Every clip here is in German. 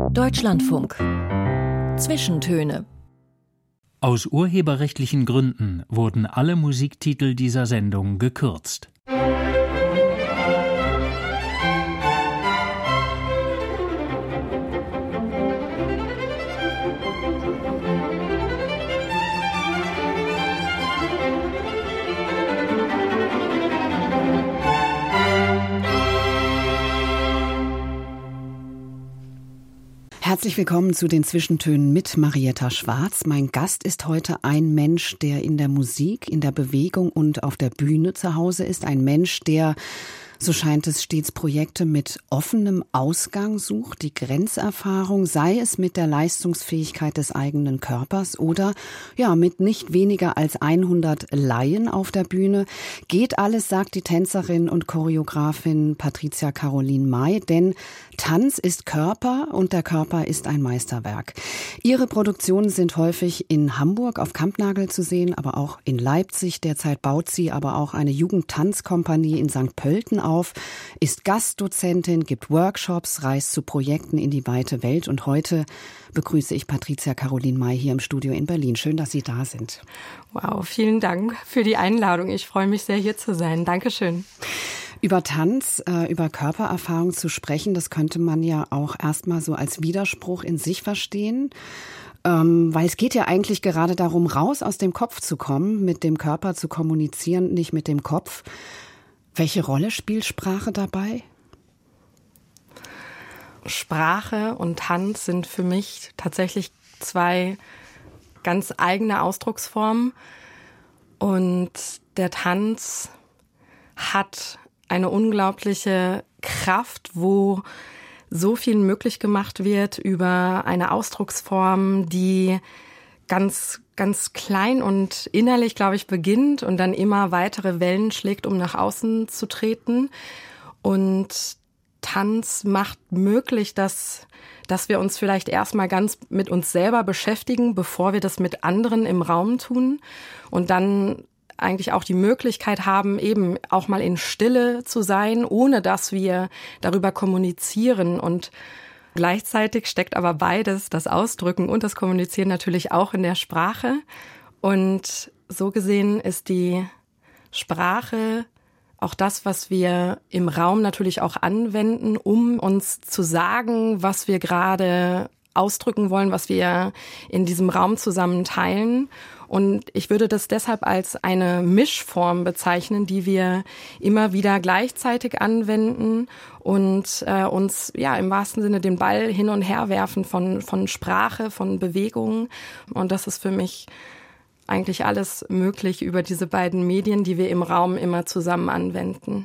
Deutschlandfunk. Zwischentöne. Aus urheberrechtlichen Gründen wurden alle Musiktitel dieser Sendung gekürzt. Herzlich willkommen zu den Zwischentönen mit Marietta Schwarz. Mein Gast ist heute ein Mensch, der in der Musik, in der Bewegung und auf der Bühne zu Hause ist. Ein Mensch, der, so scheint es, stets Projekte mit offenem Ausgang sucht, die Grenzerfahrung, sei es mit der Leistungsfähigkeit des eigenen Körpers oder ja mit nicht weniger als 100 Laien auf der Bühne. Geht alles, sagt die Tänzerin und Choreografin Patricia Caroline May, denn Tanz ist Körper und der Körper ist ein Meisterwerk. Ihre Produktionen sind häufig in Hamburg auf Kampnagel zu sehen, aber auch in Leipzig. Derzeit baut sie aber auch eine Jugendtanzkompanie in St. Pölten auf, ist Gastdozentin, gibt Workshops, reist zu Projekten in die weite Welt. Und heute begrüße ich Patricia Caroline May hier im Studio in Berlin. Schön, dass Sie da sind. Wow, vielen Dank für die Einladung. Ich freue mich sehr, hier zu sein. Dankeschön. Über Tanz, über Körpererfahrung zu sprechen, das könnte man ja auch erstmal so als Widerspruch in sich verstehen. Weil es geht ja eigentlich gerade darum, raus aus dem Kopf zu kommen, mit dem Körper zu kommunizieren, nicht mit dem Kopf. Welche Rolle spielt Sprache dabei? Sprache und Tanz sind für mich tatsächlich zwei ganz eigene Ausdrucksformen. Und der Tanz hat eine unglaubliche Kraft, wo so viel möglich gemacht wird über eine Ausdrucksform, die ganz, ganz klein und innerlich, glaube ich, beginnt und dann immer weitere Wellen schlägt, um nach außen zu treten. Und Tanz macht möglich, dass wir uns vielleicht erstmal ganz mit uns selber beschäftigen, bevor wir das mit anderen im Raum tun und dann eigentlich auch die Möglichkeit haben, eben auch mal in Stille zu sein, ohne dass wir darüber kommunizieren. Und gleichzeitig steckt aber beides, das Ausdrücken und das Kommunizieren, natürlich auch in der Sprache. Und so gesehen ist die Sprache auch das, was wir im Raum natürlich auch anwenden, um uns zu sagen, was wir gerade ausdrücken wollen, was wir in diesem Raum zusammen teilen. Und ich würde das deshalb als eine Mischform bezeichnen, die wir immer wieder gleichzeitig anwenden und uns ja im wahrsten Sinne den Ball hin und her werfen von Sprache, von Bewegung. Und das ist für mich eigentlich alles möglich über diese beiden Medien, die wir im Raum immer zusammen anwenden.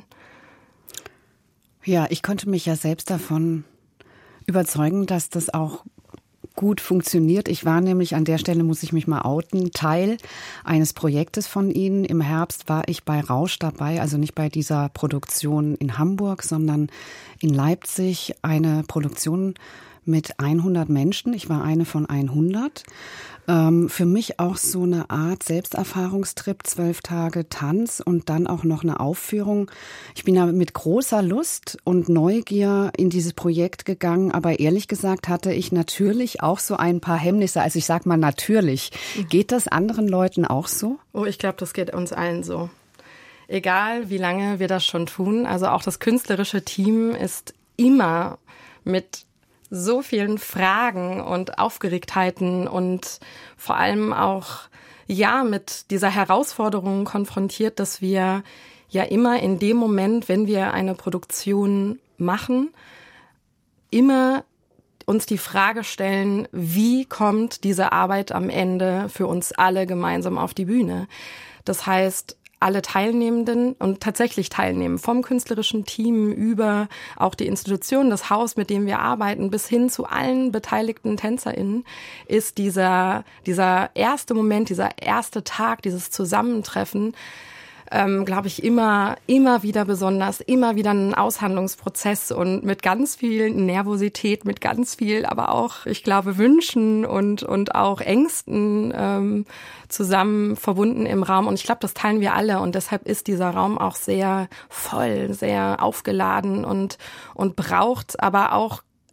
Ja, ich konnte mich ja selbst davon überzeugen, dass das auch gut funktioniert. Ich war nämlich, an der Stelle muss ich mich mal outen, Teil eines Projektes von Ihnen. Im Herbst war ich bei Rausch dabei, also nicht bei dieser Produktion in Hamburg, sondern in Leipzig, eine Produktion mit 100 Menschen. Ich war eine von 100. Für mich auch so eine Art Selbsterfahrungstrip, 12 Tage Tanz und dann auch noch eine Aufführung. Ich bin da mit großer Lust und Neugier in dieses Projekt gegangen, aber ehrlich gesagt hatte ich natürlich auch so ein paar Hemmnisse. Also ich sag mal natürlich. Geht das anderen Leuten auch so? Oh, ich glaube, das geht uns allen so. Egal, wie lange wir das schon tun. Also auch das künstlerische Team ist immer mit so vielen Fragen und Aufgeregtheiten und vor allem auch ja mit dieser Herausforderung konfrontiert, dass wir ja immer in dem Moment, wenn wir eine Produktion machen, immer uns die Frage stellen, wie kommt diese Arbeit am Ende für uns alle gemeinsam auf die Bühne? Das heißt, alle Teilnehmenden und tatsächlich teilnehmen, vom künstlerischen Team über auch die Institution, das Haus, mit dem wir arbeiten, bis hin zu allen beteiligten TänzerInnen, ist dieser erste Moment, dieser erste Tag, dieses Zusammentreffen, glaube ich, immer wieder besonders, immer wieder ein Aushandlungsprozess und mit ganz viel Nervosität, mit ganz viel, aber auch, ich glaube, Wünschen und auch Ängsten zusammen verbunden im Raum. Und ich glaube, das teilen wir alle und deshalb ist dieser Raum auch sehr voll, sehr aufgeladen und braucht aber auch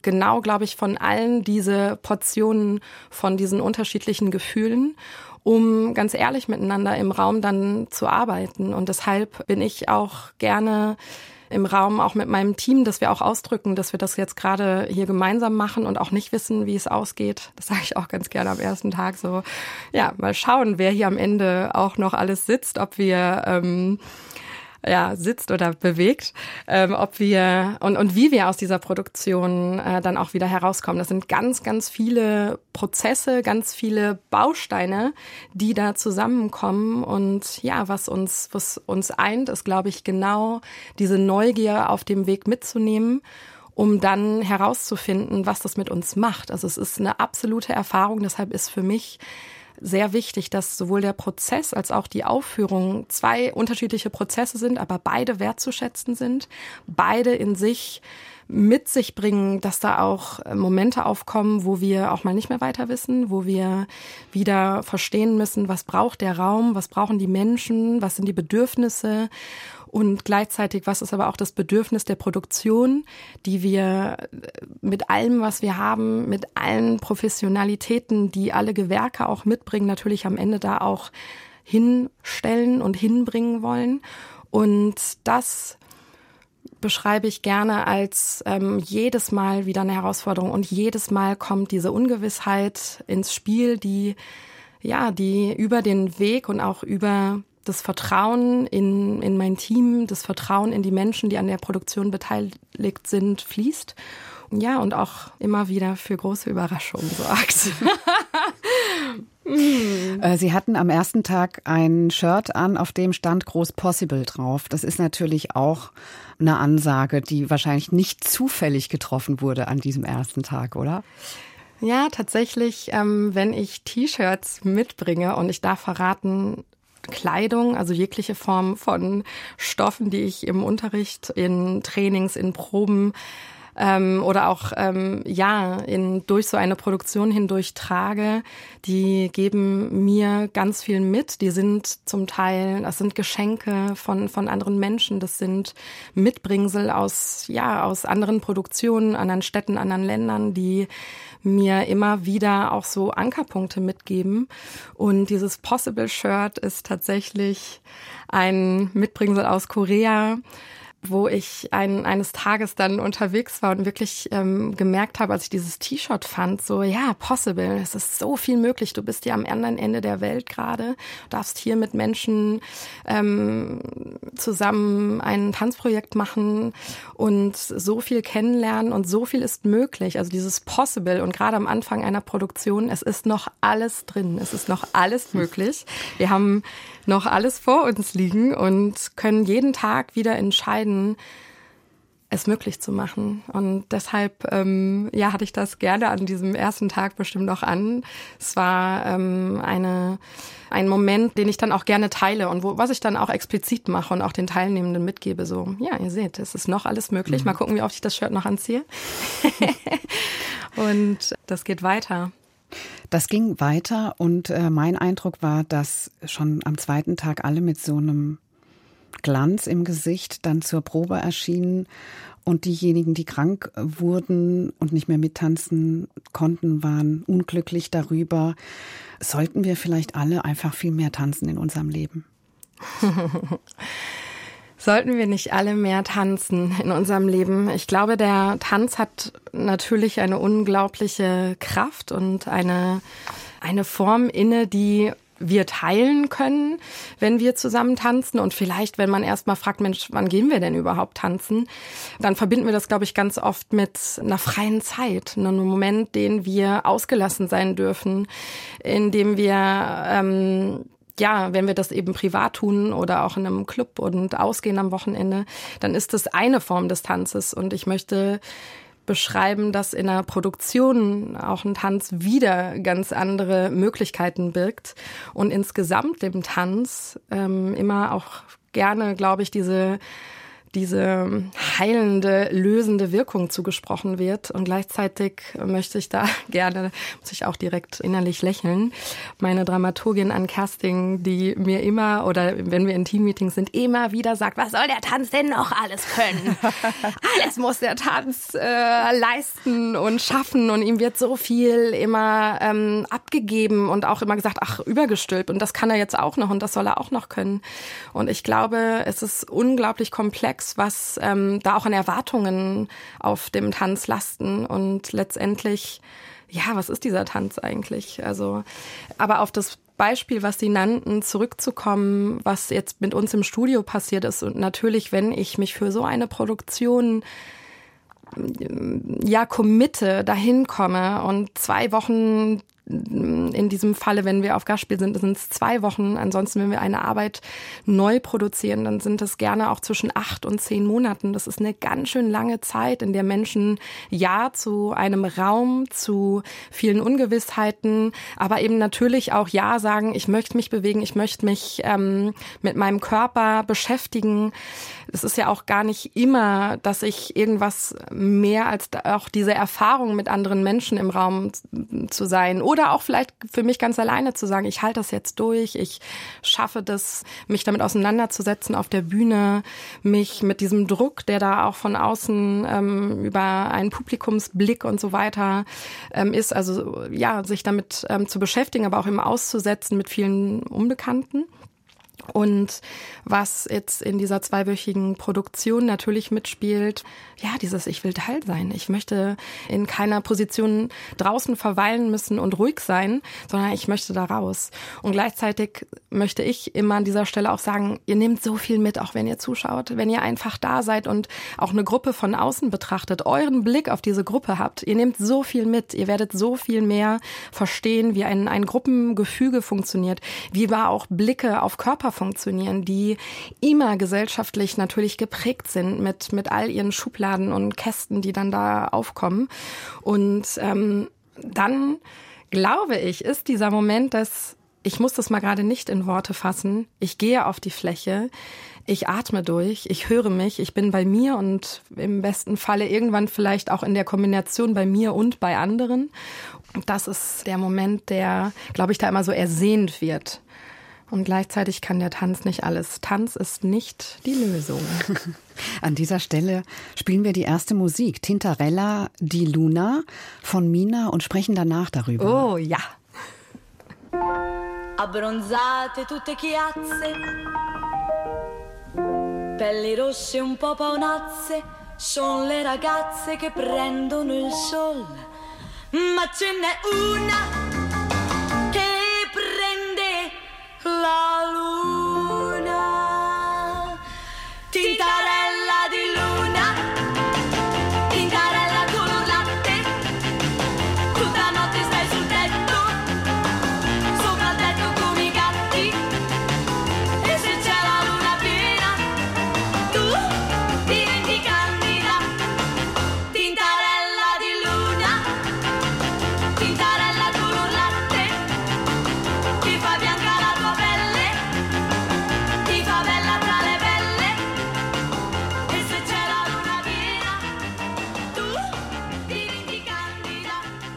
genau, glaube ich, von allen diese Portionen von diesen unterschiedlichen Gefühlen, um ganz ehrlich miteinander im Raum dann zu arbeiten. Und deshalb bin ich auch gerne im Raum, auch mit meinem Team, dass wir auch ausdrücken, dass wir das jetzt gerade hier gemeinsam machen und auch nicht wissen, wie es ausgeht. Das sage ich auch ganz gerne am ersten Tag so. Ja, mal schauen, wer hier am Ende auch noch alles sitzt, ob wir sitzt oder bewegt, ob wir und wie wir aus dieser Produktion dann auch wieder herauskommen. Das sind ganz, ganz viele Prozesse, ganz viele Bausteine, die da zusammenkommen. Und ja, was uns eint, ist, glaube ich, genau diese Neugier auf dem Weg mitzunehmen, um dann herauszufinden, was das mit uns macht. Also es ist eine absolute Erfahrung, deshalb ist für mich sehr wichtig, dass sowohl der Prozess als auch die Aufführung 2 unterschiedliche Prozesse sind, aber beide wertzuschätzen sind, beide in sich mit sich bringen, dass da auch Momente aufkommen, wo wir auch mal nicht mehr weiter wissen, wo wir wieder verstehen müssen, was braucht der Raum, was brauchen die Menschen, was sind die Bedürfnisse und gleichzeitig, was ist aber auch das Bedürfnis der Produktion, die wir mit allem, was wir haben, mit allen Professionalitäten, die alle Gewerke auch mitbringen, natürlich am Ende da auch hinstellen und hinbringen wollen. Und das beschreibe ich gerne als jedes Mal wieder eine Herausforderung. Und jedes Mal kommt diese Ungewissheit ins Spiel, die über den Weg und auch über das Vertrauen in mein Team, das Vertrauen in die Menschen, die an der Produktion beteiligt sind, fließt. Ja, und auch immer wieder für große Überraschungen sorgt. Sie hatten am ersten Tag ein Shirt an, auf dem stand groß Possible drauf. Das ist natürlich auch eine Ansage, die wahrscheinlich nicht zufällig getroffen wurde an diesem ersten Tag, oder? Ja, tatsächlich, wenn ich T-Shirts mitbringe und ich darf verraten, Kleidung, also jegliche Form von Stoffen, die ich im Unterricht, in Trainings, in Proben oder auch durch so eine Produktion hindurch trage, die geben mir ganz viel mit. Die sind zum Teil, das sind Geschenke von anderen Menschen, das sind Mitbringsel aus anderen Produktionen, anderen Städten, anderen Ländern, die mir immer wieder auch so Ankerpunkte mitgeben. Und dieses Possible Shirt ist tatsächlich ein Mitbringsel aus Korea, wo ich eines Tages dann unterwegs war und wirklich gemerkt habe, als ich dieses T-Shirt fand, so, ja, possible, es ist so viel möglich. Du bist ja am anderen Ende der Welt gerade, darfst hier mit Menschen zusammen ein Tanzprojekt machen und so viel kennenlernen und so viel ist möglich. Also dieses possible und gerade am Anfang einer Produktion, es ist noch alles drin, es ist noch alles möglich. Wir haben noch alles vor uns liegen und können jeden Tag wieder entscheiden, es möglich zu machen. Und deshalb hatte ich das gerne an diesem ersten Tag bestimmt auch an. Es war ein Moment, den ich dann auch gerne teile und was ich dann auch explizit mache und auch den Teilnehmenden mitgebe. So, ja, ihr seht, es ist noch alles möglich. Mal gucken, wie oft ich das Shirt noch anziehe. Und das geht weiter. Das ging weiter und mein Eindruck war, dass schon am zweiten Tag alle mit so einem Glanz im Gesicht dann zur Probe erschienen und diejenigen, die krank wurden und nicht mehr mittanzen konnten, waren unglücklich darüber. Sollten wir vielleicht alle einfach viel mehr tanzen in unserem Leben? Sollten wir nicht alle mehr tanzen in unserem Leben? Ich glaube, der Tanz hat natürlich eine unglaubliche Kraft und eine Form inne, die wir teilen können, wenn wir zusammen tanzen. Und vielleicht, wenn man erst mal fragt, Mensch, wann gehen wir denn überhaupt tanzen? Dann verbinden wir das, glaube ich, ganz oft mit einer freien Zeit. Einem Moment, den wir ausgelassen sein dürfen, in dem wir wenn wir das eben privat tun oder auch in einem Club und ausgehen am Wochenende, dann ist das eine Form des Tanzes. Und ich möchte beschreiben, dass in einer Produktion auch ein Tanz wieder ganz andere Möglichkeiten birgt und insgesamt dem Tanz immer auch gerne, glaube ich, diese diese heilende, lösende Wirkung zugesprochen wird. Und gleichzeitig möchte ich da gerne, muss ich auch direkt innerlich lächeln, meine Dramaturgin Ann Kersting, die mir immer, oder wenn wir in Teammeetings sind, immer wieder sagt, was soll der Tanz denn noch alles können? Alles muss der Tanz leisten und schaffen. Und ihm wird so viel immer abgegeben und auch immer gesagt, ach, übergestülpt. Und das kann er jetzt auch noch und das soll er auch noch können. Und ich glaube, es ist unglaublich komplex, was da auch an Erwartungen auf dem Tanz lasten und letztendlich, ja, was ist dieser Tanz eigentlich? Also, aber auf das Beispiel, was Sie nannten, zurückzukommen, was jetzt mit uns im Studio passiert ist und natürlich, wenn ich mich für so eine Produktion committe, dahin komme und 2 Wochen, in diesem Falle, wenn wir auf Gastspiel sind, sind es 2 Wochen. Ansonsten, wenn wir eine Arbeit neu produzieren, dann sind es gerne auch zwischen 8 und 10 Monaten. Das ist eine ganz schön lange Zeit, in der Menschen Ja zu einem Raum, zu vielen Ungewissheiten, aber eben natürlich auch Ja sagen, ich möchte mich bewegen, ich möchte mich mit meinem Körper beschäftigen. Es ist ja auch gar nicht immer, dass ich irgendwas mehr als auch diese Erfahrung mit anderen Menschen im Raum zu sein oder auch vielleicht für mich ganz alleine zu sagen, ich halte das jetzt durch, ich schaffe das, mich damit auseinanderzusetzen auf der Bühne, mich mit diesem Druck, der da auch von außen über einen Publikumsblick und so weiter ist, also ja, sich damit zu beschäftigen, aber auch eben auszusetzen mit vielen Unbekannten. Und was jetzt in dieser 2-wöchigen Produktion natürlich mitspielt, ja, dieses Ich will Teil sein. Ich möchte in keiner Position draußen verweilen müssen und ruhig sein, sondern ich möchte da raus. Und gleichzeitig möchte ich immer an dieser Stelle auch sagen, ihr nehmt so viel mit, auch wenn ihr zuschaut, wenn ihr einfach da seid und auch eine Gruppe von außen betrachtet, euren Blick auf diese Gruppe habt. Ihr nehmt so viel mit, ihr werdet so viel mehr verstehen, wie ein Gruppengefüge funktioniert, wie aber auch Blicke auf Körper funktionieren, die immer gesellschaftlich natürlich geprägt sind mit all ihren Schubladen und Kästen, die dann da aufkommen. Und dann, glaube ich, ist dieser Moment, dass ich muss das mal gerade nicht in Worte fassen, ich gehe auf die Fläche, ich atme durch, ich höre mich, ich bin bei mir und im besten Falle irgendwann vielleicht auch in der Kombination bei mir und bei anderen. Und das ist der Moment, der, glaube ich, da immer so ersehnt wird. Und gleichzeitig kann der Tanz nicht alles. Tanz ist nicht die Lösung. An dieser Stelle spielen wir die erste Musik, Tintarella di Luna von Mina, und sprechen danach darüber. Oh ja. Abbronzate tutte chiazze, pelli rosse un po' paonazze, son le ragazze che prendono il sol, ma ce n'è una la luna, tintarella di luna, tintarella color latte, tutta notte stai sul tetto, sopra il tetto come i gatti, e se c'è la luna piena, tu diventi candida, tintarella di luna, tintarella color latte, che fa bianca la tua pelle, ti fa bella tra le belle, e se c'è la luna piena, tu diventi candida.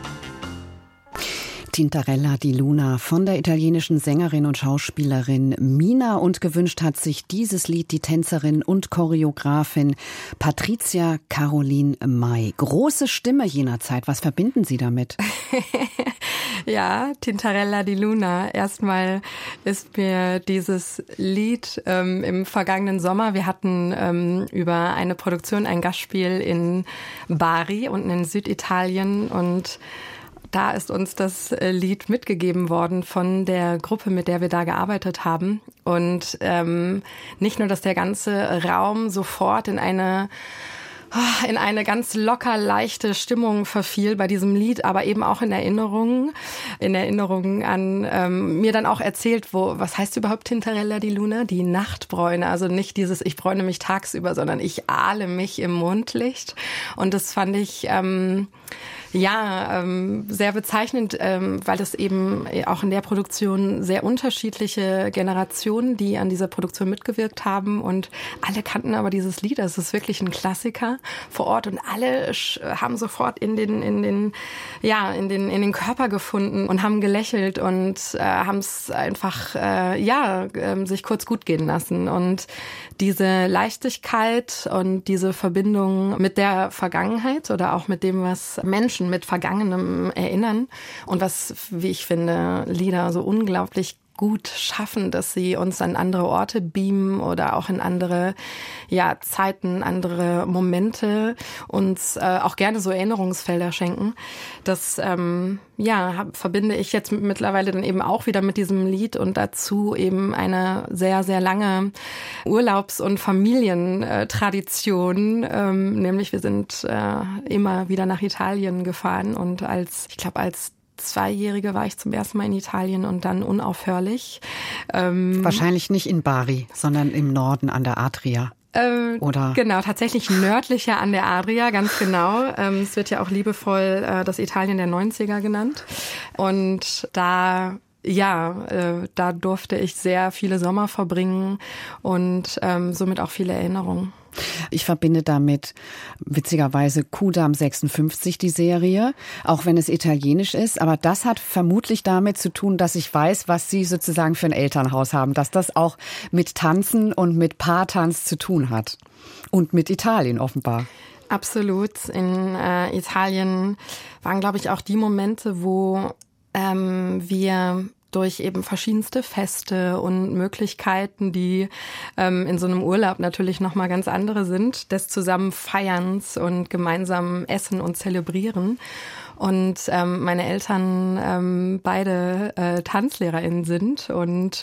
Tintarella di Luna von der italienischen Sängerin und Schauspielerin Mina, und gewünscht hat sich dieses Lied die Tänzerin und Choreografin Patricia Caroline May. Große Stimme jener Zeit, was verbinden Sie damit? Ja, Tintarella di Luna. Erstmal ist mir dieses Lied im vergangenen Sommer, wir hatten über eine Produktion ein Gastspiel in Bari unten in Süditalien, und da ist uns das Lied mitgegeben worden von der Gruppe, mit der wir da gearbeitet haben. Und nicht nur, dass der ganze Raum sofort in eine ganz locker leichte Stimmung verfiel bei diesem Lied, aber eben auch in Erinnerungen an mir dann auch erzählt, was heißt überhaupt Tintarella di Luna? Die Nachtbräune, also nicht dieses ich bräune mich tagsüber, sondern ich ahle mich im Mondlicht. Und das fand ich Ja, sehr bezeichnend, weil es eben auch in der Produktion sehr unterschiedliche Generationen, die an dieser Produktion mitgewirkt haben und alle kannten aber dieses Lied. Es ist wirklich ein Klassiker vor Ort und alle haben sofort in den Körper gefunden und haben gelächelt und haben es einfach sich kurz gut gehen lassen. Und diese Leichtigkeit und diese Verbindung mit der Vergangenheit oder auch mit dem, was Menschen mit Vergangenem erinnern und was, wie ich finde, Lieder so unglaublich gut schaffen, dass sie uns an andere Orte beamen oder auch in andere Zeiten, andere Momente, uns auch gerne so Erinnerungsfelder schenken. Das verbinde ich jetzt mittlerweile dann eben auch wieder mit diesem Lied und dazu eben eine sehr, sehr lange Urlaubs- und Familientradition. Nämlich wir sind immer wieder nach Italien gefahren und als Zweijährige war ich zum ersten Mal in Italien und dann unaufhörlich. Wahrscheinlich nicht in Bari, sondern im Norden an der Adria. Oder? Genau, tatsächlich nördlicher an der Adria, ganz genau. Es wird ja auch liebevoll das Italien der 90er genannt. Und da durfte ich sehr viele Sommer verbringen und somit auch viele Erinnerungen. Ich verbinde damit witzigerweise Kudam 56, die Serie, auch wenn es italienisch ist. Aber das hat vermutlich damit zu tun, dass ich weiß, was Sie sozusagen für ein Elternhaus haben, dass das auch mit Tanzen und mit Paartanz zu tun hat. Und mit Italien offenbar. Absolut. In Italien waren, glaube ich, auch die Momente, wo wir durch eben verschiedenste Feste und Möglichkeiten, die in so einem Urlaub natürlich nochmal ganz andere sind, des Zusammenfeierns und gemeinsam Essen und Zelebrieren. Und meine Eltern beide TanzlehrerInnen sind und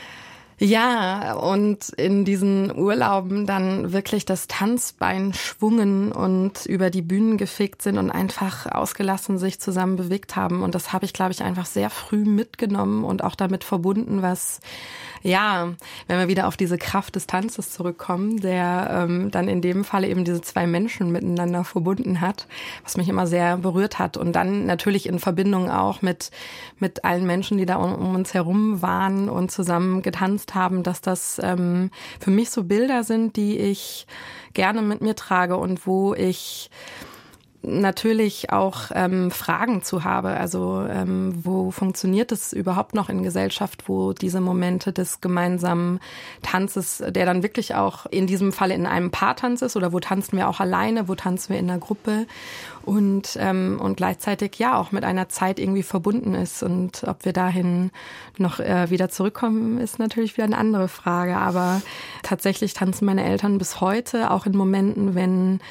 in diesen Urlauben dann wirklich das Tanzbein schwungen und über die Bühnen gefegt sind und einfach ausgelassen sich zusammen bewegt haben. Und das habe ich, glaube ich, einfach sehr früh mitgenommen und auch damit verbunden, was, wenn wir wieder auf diese Kraft des Tanzes zurückkommen, der dann in dem Falle eben diese zwei Menschen miteinander verbunden hat, was mich immer sehr berührt hat. Und dann natürlich in Verbindung auch mit allen Menschen, die da um uns herum waren und zusammen getanzt haben, dass das für mich so Bilder sind, die ich gerne mit mir trage und wo ich natürlich auch Fragen zu habe. Also wo funktioniert es überhaupt noch in Gesellschaft, wo diese Momente des gemeinsamen Tanzes, der dann wirklich auch in diesem Falle in einem Paartanz ist, oder wo tanzen wir auch alleine, wo tanzen wir in einer Gruppe und gleichzeitig auch mit einer Zeit irgendwie verbunden ist. Und ob wir dahin noch wieder zurückkommen, ist natürlich wieder eine andere Frage. Aber tatsächlich tanzen meine Eltern bis heute, auch in Momenten, wenn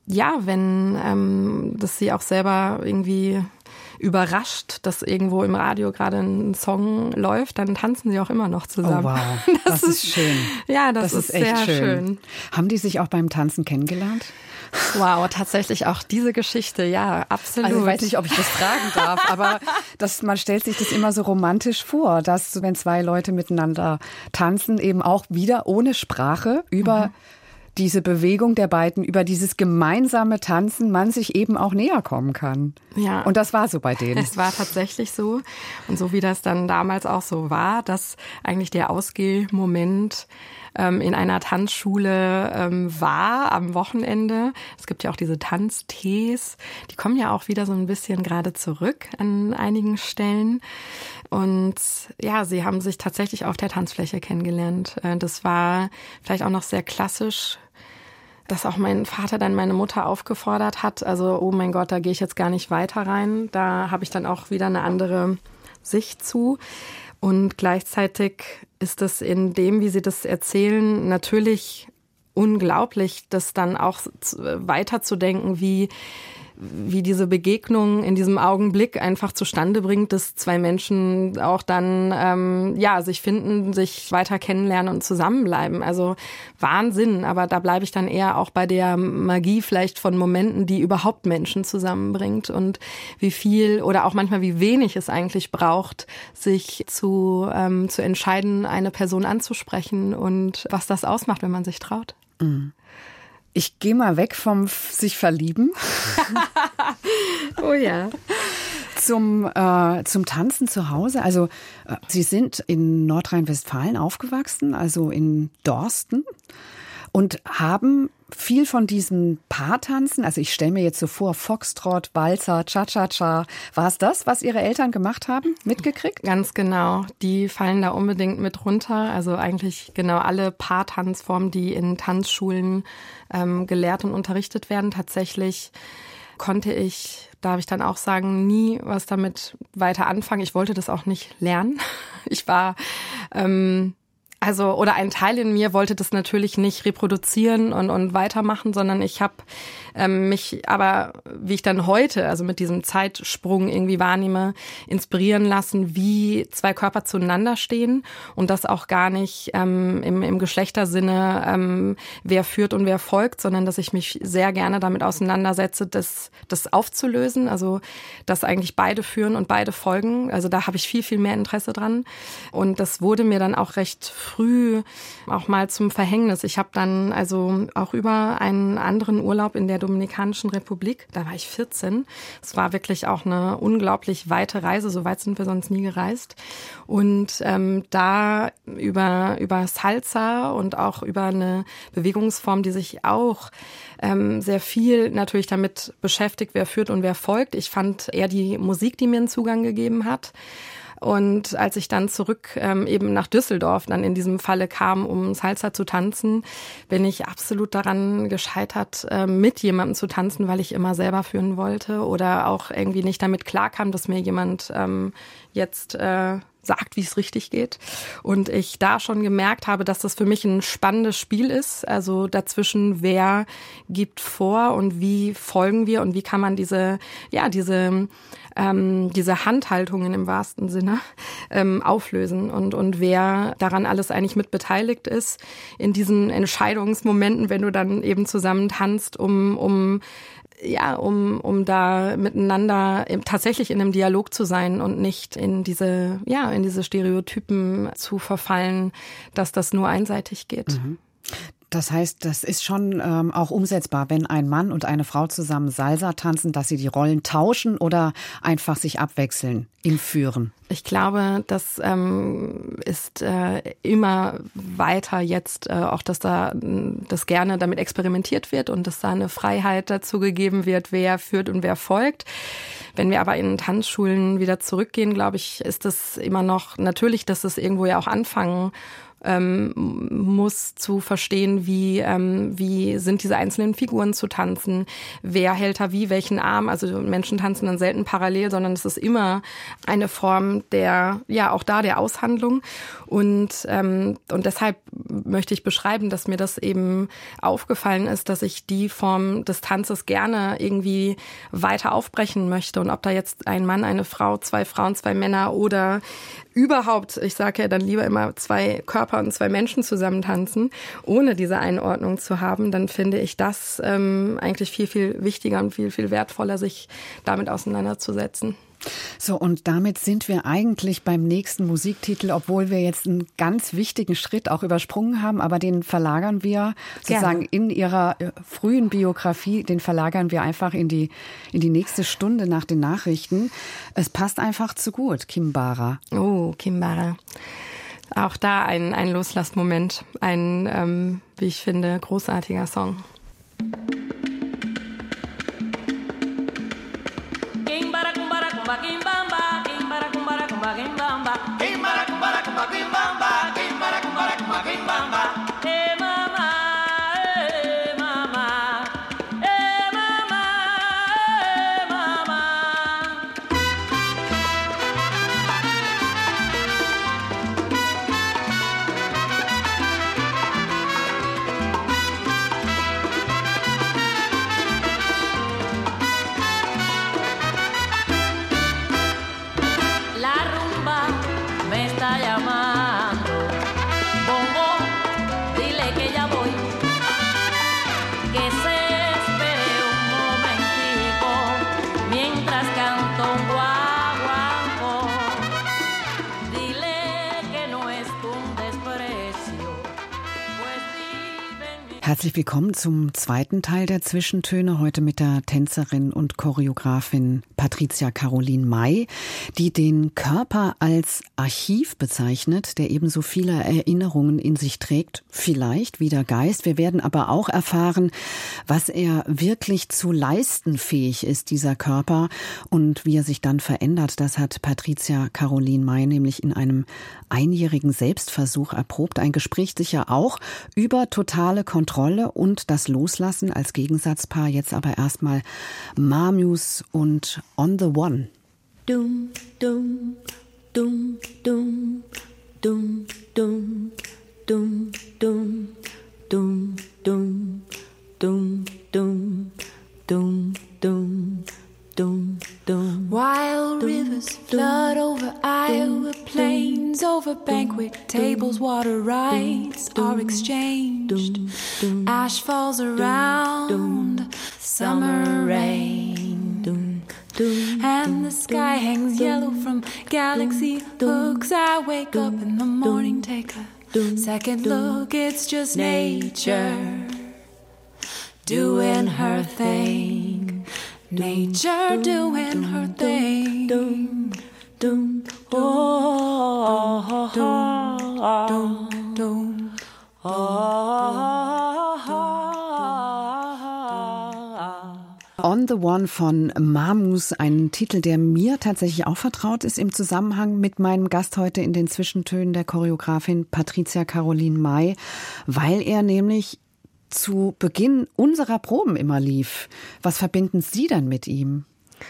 das sie auch selber irgendwie überrascht, dass irgendwo im Radio gerade ein Song läuft, dann tanzen sie auch immer noch zusammen. Oh wow, das ist schön. Ja, das ist echt sehr schön. Haben die sich auch beim Tanzen kennengelernt? Wow, tatsächlich auch diese Geschichte, ja, absolut. Also ich weiß nicht, ob ich das fragen darf, aber man stellt sich das immer so romantisch vor, dass wenn zwei Leute miteinander tanzen, eben auch wieder ohne Sprache über diese Bewegung der beiden, über dieses gemeinsame Tanzen, man sich eben auch näher kommen kann. Ja. Und das war so bei denen. Es war tatsächlich so. Und so wie das dann damals auch so war, dass eigentlich der Ausgehmoment in einer Tanzschule war am Wochenende. Es gibt ja auch diese Tanztees. Die kommen ja auch wieder so ein bisschen gerade zurück an einigen Stellen. Und sie haben sich tatsächlich auf der Tanzfläche kennengelernt. Das war vielleicht auch noch sehr klassisch, dass auch mein Vater dann meine Mutter aufgefordert hat. Also, oh mein Gott, da gehe ich jetzt gar nicht weiter rein. Da habe ich dann auch wieder eine andere Sicht zu. Und gleichzeitig ist es in dem, wie sie das erzählen, natürlich unglaublich, das dann auch weiterzudenken, wie diese Begegnung in diesem Augenblick einfach zustande bringt, dass zwei Menschen auch dann sich finden, sich weiter kennenlernen und zusammenbleiben. Also Wahnsinn, aber da bleibe ich dann eher auch bei der Magie vielleicht von Momenten, die überhaupt Menschen zusammenbringt und wie viel oder auch manchmal wie wenig es eigentlich braucht, sich zu entscheiden, eine Person anzusprechen und was das ausmacht, wenn man sich traut. Mhm. Ich gehe mal weg vom sich verlieben. Oh ja. Zum Tanzen zu Hause. Also Sie sind in Nordrhein-Westfalen aufgewachsen, also in Dorsten, und haben viel von diesem Paartanzen, also ich stelle mir jetzt so vor, Foxtrot, Walzer, Cha-Cha-Cha. War es das, was Ihre Eltern gemacht haben, mitgekriegt? Ganz genau. Die fallen da unbedingt mit runter. Also eigentlich genau alle Paartanzformen, die in Tanzschulen gelehrt und unterrichtet werden. Tatsächlich konnte ich, darf ich dann auch sagen, nie was damit weiter anfangen. Ich wollte das auch nicht lernen. Ich war oder ein Teil in mir wollte das natürlich nicht reproduzieren und weitermachen, sondern ich habe mich aber, wie ich dann heute, also mit diesem Zeitsprung irgendwie wahrnehme, inspirieren lassen, wie zwei Körper zueinander stehen und das auch gar nicht im Geschlechtersinne, wer führt und wer folgt, sondern dass ich mich sehr gerne damit auseinandersetze, das aufzulösen, also dass eigentlich beide führen und beide folgen. Also da habe ich viel, viel mehr Interesse dran und das wurde mir dann auch recht früh auch mal zum Verhängnis. Ich habe dann also auch über einen anderen Urlaub in der Dominikanischen Republik, da war ich 14. Es war wirklich auch eine unglaublich weite Reise, so weit sind wir sonst nie gereist. Und da über Salsa und auch über eine Bewegungsform, die sich auch sehr viel natürlich damit beschäftigt, wer führt und wer folgt. Ich fand eher die Musik, die mir einen Zugang gegeben hat. Und als ich dann zurück eben nach Düsseldorf dann in diesem Falle kam, um Salsa zu tanzen, bin ich absolut daran gescheitert, mit jemandem zu tanzen, weil ich immer selber führen wollte oder auch irgendwie nicht damit klarkam, dass mir jemand jetzt sagt, wie es richtig geht. Und ich da schon gemerkt habe, dass das für mich ein spannendes Spiel ist. Also dazwischen, wer gibt vor und wie folgen wir und wie kann man diese Handhaltungen im wahrsten Sinne auflösen und wer daran alles eigentlich mit beteiligt ist in diesen Entscheidungsmomenten, wenn du dann eben zusammen tanzt, um da miteinander tatsächlich in einem Dialog zu sein und nicht in diese Stereotypen zu verfallen, dass das nur einseitig geht. Mhm. Das heißt, das ist schon auch umsetzbar, wenn ein Mann und eine Frau zusammen Salsa tanzen, dass sie die Rollen tauschen oder einfach sich abwechseln im Führen. Ich glaube, das ist immer weiter jetzt auch, dass das gerne damit experimentiert wird und dass da eine Freiheit dazu gegeben wird, wer führt und wer folgt. Wenn wir aber in Tanzschulen wieder zurückgehen, glaube ich, ist das immer noch natürlich, dass es irgendwo ja auch anfangen muss zu verstehen, wie sind diese einzelnen Figuren zu tanzen, wer hält da wie welchen Arm, also Menschen tanzen dann selten parallel, sondern es ist immer eine Form der Aushandlung und deshalb möchte ich beschreiben, dass mir das eben aufgefallen ist, dass ich die Form des Tanzes gerne irgendwie weiter aufbrechen möchte und ob da jetzt ein Mann, eine Frau, zwei Frauen, zwei Männer oder überhaupt, ich sage ja dann lieber immer zwei Körper und zwei Menschen zusammen tanzen, ohne diese Einordnung zu haben, dann finde ich das eigentlich viel, viel wichtiger und viel, viel wertvoller, sich damit auseinanderzusetzen. So, und damit sind wir eigentlich beim nächsten Musiktitel, obwohl wir jetzt einen ganz wichtigen Schritt auch übersprungen haben, aber den verlagern wir sozusagen in Ihrer frühen Biografie, den verlagern wir einfach in die nächste Stunde nach den Nachrichten. Es passt einfach zu gut, Kimbara. Oh, Kimbara. Auch da ein Loslassmoment, ein, wie ich finde, großartiger Song. Herzlich willkommen zum zweiten Teil der Zwischentöne, heute mit der Tänzerin und Choreografin Patricia Caroline May, die den Körper als Archiv bezeichnet, der ebenso viele Erinnerungen in sich trägt, vielleicht wie der Geist. Wir werden aber auch erfahren, was er wirklich zu leisten fähig ist, dieser Körper, und wie er sich dann verändert. Das hat Patricia Caroline May nämlich in einem einjährigen Selbstversuch erprobt. Ein Gespräch sicher auch über totale Kontrolle und das Loslassen als Gegensatzpaar. Jetzt aber erstmal Mamuse und On the One. Dum dum dum dum dum dum dum dum dum dum dum dum dum dum dum dum. Wild rivers flood over Iowa plains, over banquet tables water rights are exchanged. Ash falls around summer rain, and the sky hangs yellow from galaxy hooks. I wake up in the morning, take a second look. It's just nature doing her thing. Nature doing her thing. Dum, dum, oh, oh, oh, dum, dum, On the One von Mamuse, ein Titel, der mir tatsächlich auch vertraut ist im Zusammenhang mit meinem Gast heute in den Zwischentönen, der Choreografin Patricia Caroline May, weil er nämlich zu Beginn unserer Proben immer lief. Was verbinden Sie denn mit ihm?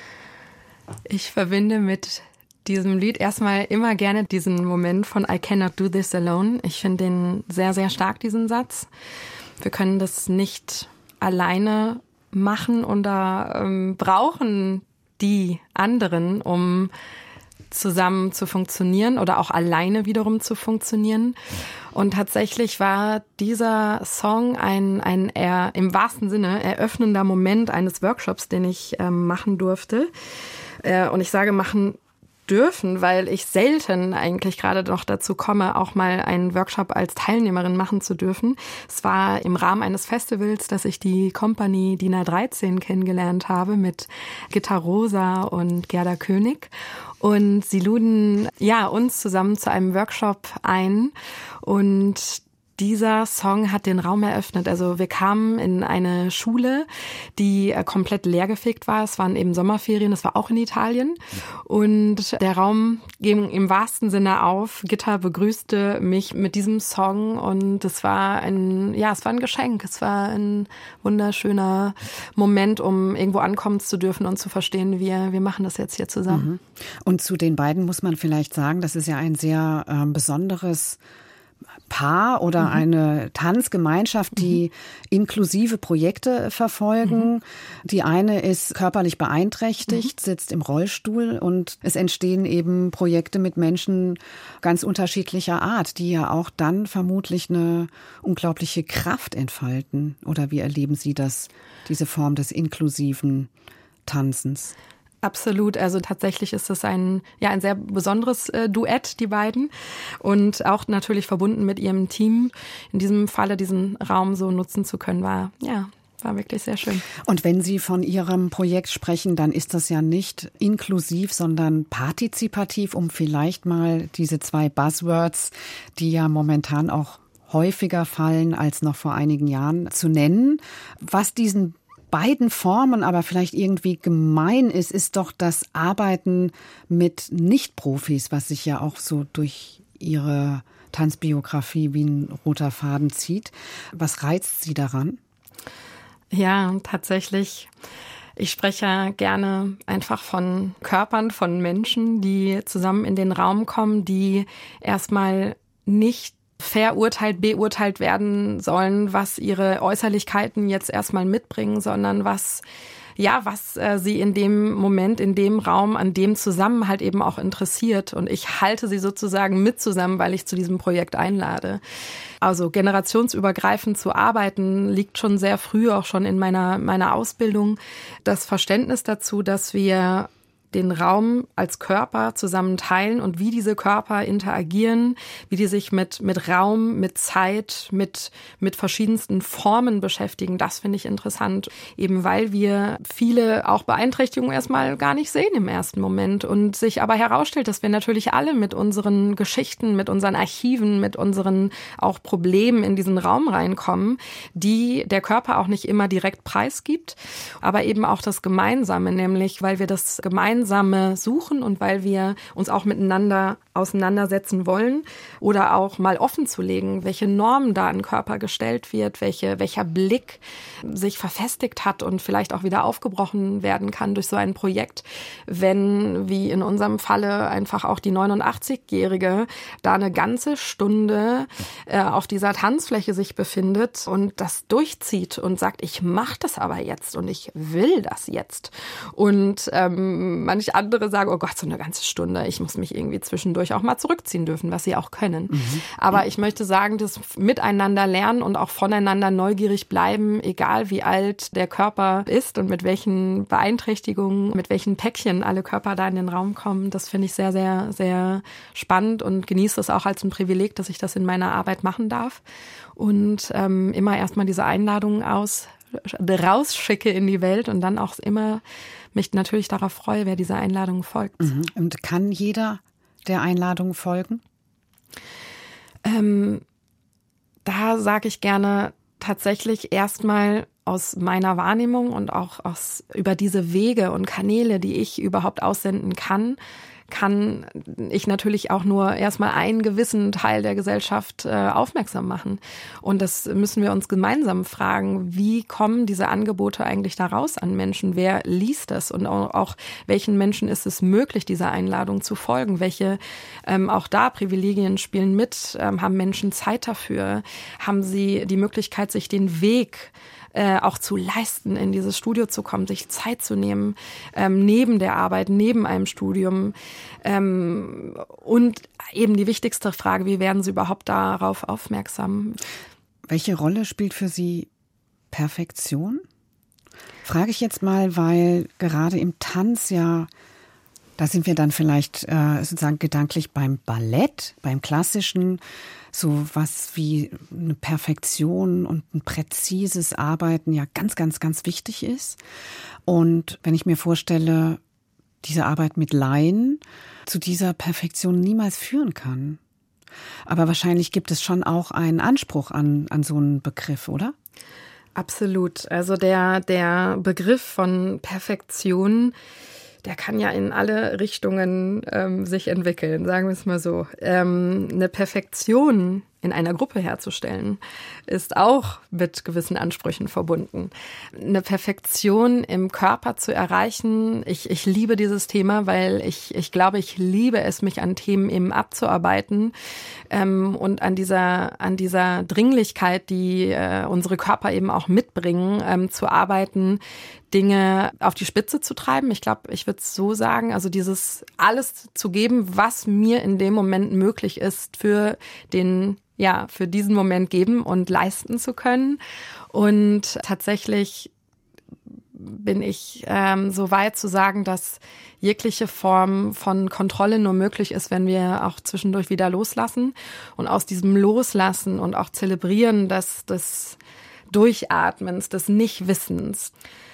Ich verbinde mit diesem Lied erstmal immer gerne diesen Moment von I cannot do this alone. Ich finde den sehr, sehr stark, diesen Satz. Wir können das nicht alleine machen oder brauchen die anderen, um zusammen zu funktionieren oder auch alleine wiederum zu funktionieren. Und tatsächlich war dieser Song ein im wahrsten Sinne eröffnender Moment eines Workshops, den ich machen durfte. Und ich sage machen dürfen, weil ich selten eigentlich gerade noch dazu komme, auch mal einen Workshop als Teilnehmerin machen zu dürfen. Es war im Rahmen eines Festivals, dass ich die Kompanie DIN A13 kennengelernt habe mit Gitta Rosa und Gerda König. Und sie luden uns zusammen zu einem Workshop ein, und dieser Song hat den Raum eröffnet. Also wir kamen in eine Schule, die komplett leergefegt war. Es waren eben Sommerferien, das war auch in Italien. Und der Raum ging im wahrsten Sinne auf. Gitta begrüßte mich mit diesem Song, und es war ein Geschenk. Es war ein wunderschöner Moment, um irgendwo ankommen zu dürfen und zu verstehen, wir machen das jetzt hier zusammen. Und zu den beiden muss man vielleicht sagen, das ist ja ein sehr besonderes Paar oder eine Tanzgemeinschaft, die inklusive Projekte verfolgen. Die eine ist körperlich beeinträchtigt, sitzt im Rollstuhl, und es entstehen eben Projekte mit Menschen ganz unterschiedlicher Art, die ja auch dann vermutlich eine unglaubliche Kraft entfalten. Oder wie erleben Sie das, diese Form des inklusiven Tanzens? Absolut, also tatsächlich ist es ein sehr besonderes Duett, die beiden, und auch natürlich verbunden mit ihrem Team. In diesem Falle diesen Raum so nutzen zu können, war wirklich sehr schön. Und wenn Sie von Ihrem Projekt sprechen, dann ist das ja nicht inklusiv, sondern partizipativ, um vielleicht mal diese zwei Buzzwords, die ja momentan auch häufiger fallen als noch vor einigen Jahren, zu nennen. Was diesen beiden Formen aber vielleicht irgendwie gemein ist doch das Arbeiten mit Nicht-Profis, was sich ja auch so durch Ihre Tanzbiografie wie ein roter Faden zieht. Was reizt Sie daran? Ja, tatsächlich. Ich spreche ja gerne einfach von Körpern, von Menschen, die zusammen in den Raum kommen, die erstmal nicht verurteilt, beurteilt werden sollen, was ihre Äußerlichkeiten jetzt erstmal mitbringen, sondern was sie in dem Moment, in dem Raum, an dem Zusammenhalt eben auch interessiert. Und ich halte sie sozusagen mit zusammen, weil ich zu diesem Projekt einlade. Also generationsübergreifend zu arbeiten, liegt schon sehr früh, auch schon in meiner Ausbildung. Das Verständnis dazu, dass wir den Raum als Körper zusammen teilen und wie diese Körper interagieren, wie die sich mit Raum, mit Zeit, mit verschiedensten Formen beschäftigen, das finde ich interessant. Eben weil wir viele auch Beeinträchtigungen erstmal gar nicht sehen im ersten Moment und sich aber herausstellt, dass wir natürlich alle mit unseren Geschichten, mit unseren Archiven, mit unseren auch Problemen in diesen Raum reinkommen, die der Körper auch nicht immer direkt preisgibt, aber eben auch das Gemeinsame, nämlich weil wir das Gemeinsame suchen und weil wir uns auch miteinander auseinandersetzen wollen oder auch mal offen zu legen, welche Normen da an den Körper gestellt wird, welcher Blick sich verfestigt hat und vielleicht auch wieder aufgebrochen werden kann durch so ein Projekt, wenn, wie in unserem Falle, einfach auch die 89-Jährige da eine ganze Stunde auf dieser Tanzfläche sich befindet und das durchzieht und sagt, ich mache das aber jetzt und ich will das jetzt. Und manche andere sagen, oh Gott, so eine ganze Stunde, ich muss mich irgendwie zwischendurch auch mal zurückziehen dürfen, was sie auch können. Aber ich möchte sagen, das Miteinander lernen und auch voneinander neugierig bleiben, egal wie alt der Körper ist und mit welchen Beeinträchtigungen, mit welchen Päckchen alle Körper da in den Raum kommen, das finde ich sehr, sehr, sehr spannend und genieße es auch als ein Privileg, dass ich das in meiner Arbeit machen darf. Und immer erstmal diese Einladungen rausschicke in die Welt und dann auch immer mich natürlich darauf freue, wer dieser Einladung folgt. Und kann jeder der Einladung folgen? Da sage ich gerne tatsächlich erstmal aus meiner Wahrnehmung und auch über diese Wege und Kanäle, die ich überhaupt aussenden kann ich natürlich auch nur erstmal einen gewissen Teil der Gesellschaft aufmerksam machen. Und das müssen wir uns gemeinsam fragen, wie kommen diese Angebote eigentlich da raus an Menschen? Wer liest das? Und auch welchen Menschen ist es möglich, dieser Einladung zu folgen? Welche auch da Privilegien spielen mit? Haben Menschen Zeit dafür? Haben sie die Möglichkeit, sich den Weg auch zu leisten, in dieses Studio zu kommen, sich Zeit zu nehmen, neben der Arbeit, neben einem Studium. Und eben die wichtigste Frage, wie werden Sie überhaupt darauf aufmerksam? Welche Rolle spielt für Sie Perfektion? Frage ich jetzt mal, weil gerade im Tanz da sind wir dann vielleicht sozusagen gedanklich beim Ballett, beim Klassischen, so was wie eine Perfektion und ein präzises Arbeiten ja ganz, ganz, ganz wichtig ist. Und wenn ich mir vorstelle, diese Arbeit mit Laien zu dieser Perfektion niemals führen kann. Aber wahrscheinlich gibt es schon auch einen Anspruch an so einen Begriff, oder? Absolut. Also der Begriff von Perfektion, der kann ja in alle Richtungen sich entwickeln, sagen wir es mal so. Eine Perfektion in einer Gruppe herzustellen, ist auch mit gewissen Ansprüchen verbunden. Eine Perfektion im Körper zu erreichen, ich liebe dieses Thema, weil ich glaube, ich liebe es, mich an Themen eben abzuarbeiten und an dieser Dringlichkeit, die unsere Körper eben auch mitbringen, zu arbeiten, Dinge auf die Spitze zu treiben. Ich glaube, ich würde es so sagen, also dieses alles zu geben, was mir in dem Moment möglich ist, für diesen Moment geben und leisten zu können. Und tatsächlich bin ich so weit zu sagen, dass jegliche Form von Kontrolle nur möglich ist, wenn wir auch zwischendurch wieder loslassen. Und aus diesem Loslassen und auch Zelebrieren des Durchatmens, des Nichtwissens,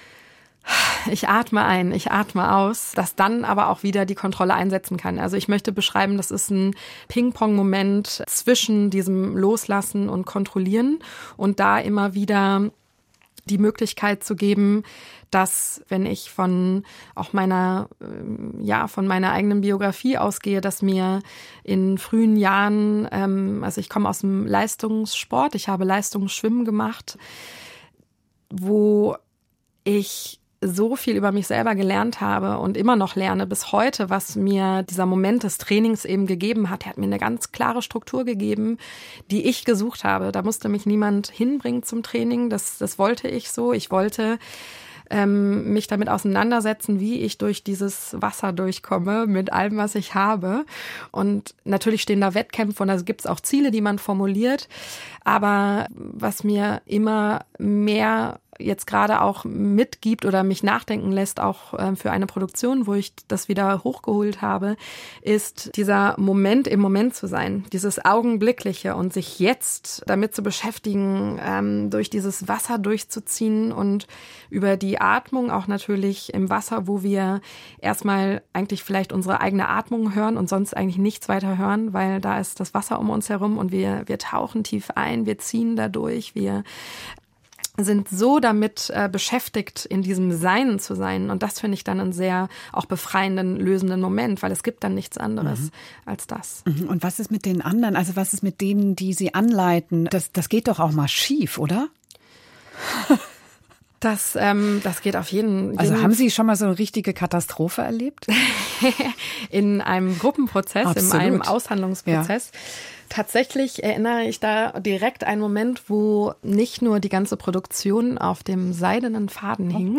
ich atme ein, ich atme aus, dass dann aber auch wieder die Kontrolle einsetzen kann. Also ich möchte beschreiben, das ist ein Ping-Pong-Moment zwischen diesem Loslassen und Kontrollieren und da immer wieder die Möglichkeit zu geben, dass, wenn ich von meiner eigenen Biografie ausgehe, dass mir in frühen Jahren, also ich komme aus dem Leistungssport, ich habe Leistungsschwimmen gemacht, wo ich so viel über mich selber gelernt habe und immer noch lerne bis heute, was mir dieser Moment des Trainings eben gegeben hat. Er hat mir eine ganz klare Struktur gegeben, die ich gesucht habe. Da musste mich niemand hinbringen zum Training. Das wollte ich so. Ich wollte mich damit auseinandersetzen, wie ich durch dieses Wasser durchkomme, mit allem, was ich habe. Und natürlich stehen da Wettkämpfe und da gibt es auch Ziele, die man formuliert. Aber was mir immer mehr jetzt gerade auch mitgibt oder mich nachdenken lässt, auch für eine Produktion, wo ich das wieder hochgeholt habe, ist dieser Moment, im Moment zu sein, dieses Augenblickliche und sich jetzt damit zu beschäftigen, durch dieses Wasser durchzuziehen und über die Atmung auch natürlich im Wasser, wo wir erstmal eigentlich vielleicht unsere eigene Atmung hören und sonst eigentlich nichts weiter hören, weil da ist das Wasser um uns herum und wir tauchen tief ein, wir ziehen da durch, wir sind so damit beschäftigt, in diesem Sein zu sein. Und das finde ich dann einen sehr auch befreienden, lösenden Moment, weil es gibt dann nichts anderes als das. Und was ist mit den anderen? Also was ist mit denen, die sie anleiten? Das geht doch auch mal schief, oder? Das geht auf jeden. Also haben Sie schon mal so eine richtige Katastrophe erlebt? In einem Gruppenprozess, Absolut. in einem Aushandlungsprozess. Ja. Tatsächlich erinnere ich da direkt einen Moment, wo nicht nur die ganze Produktion auf dem seidenen Faden hing.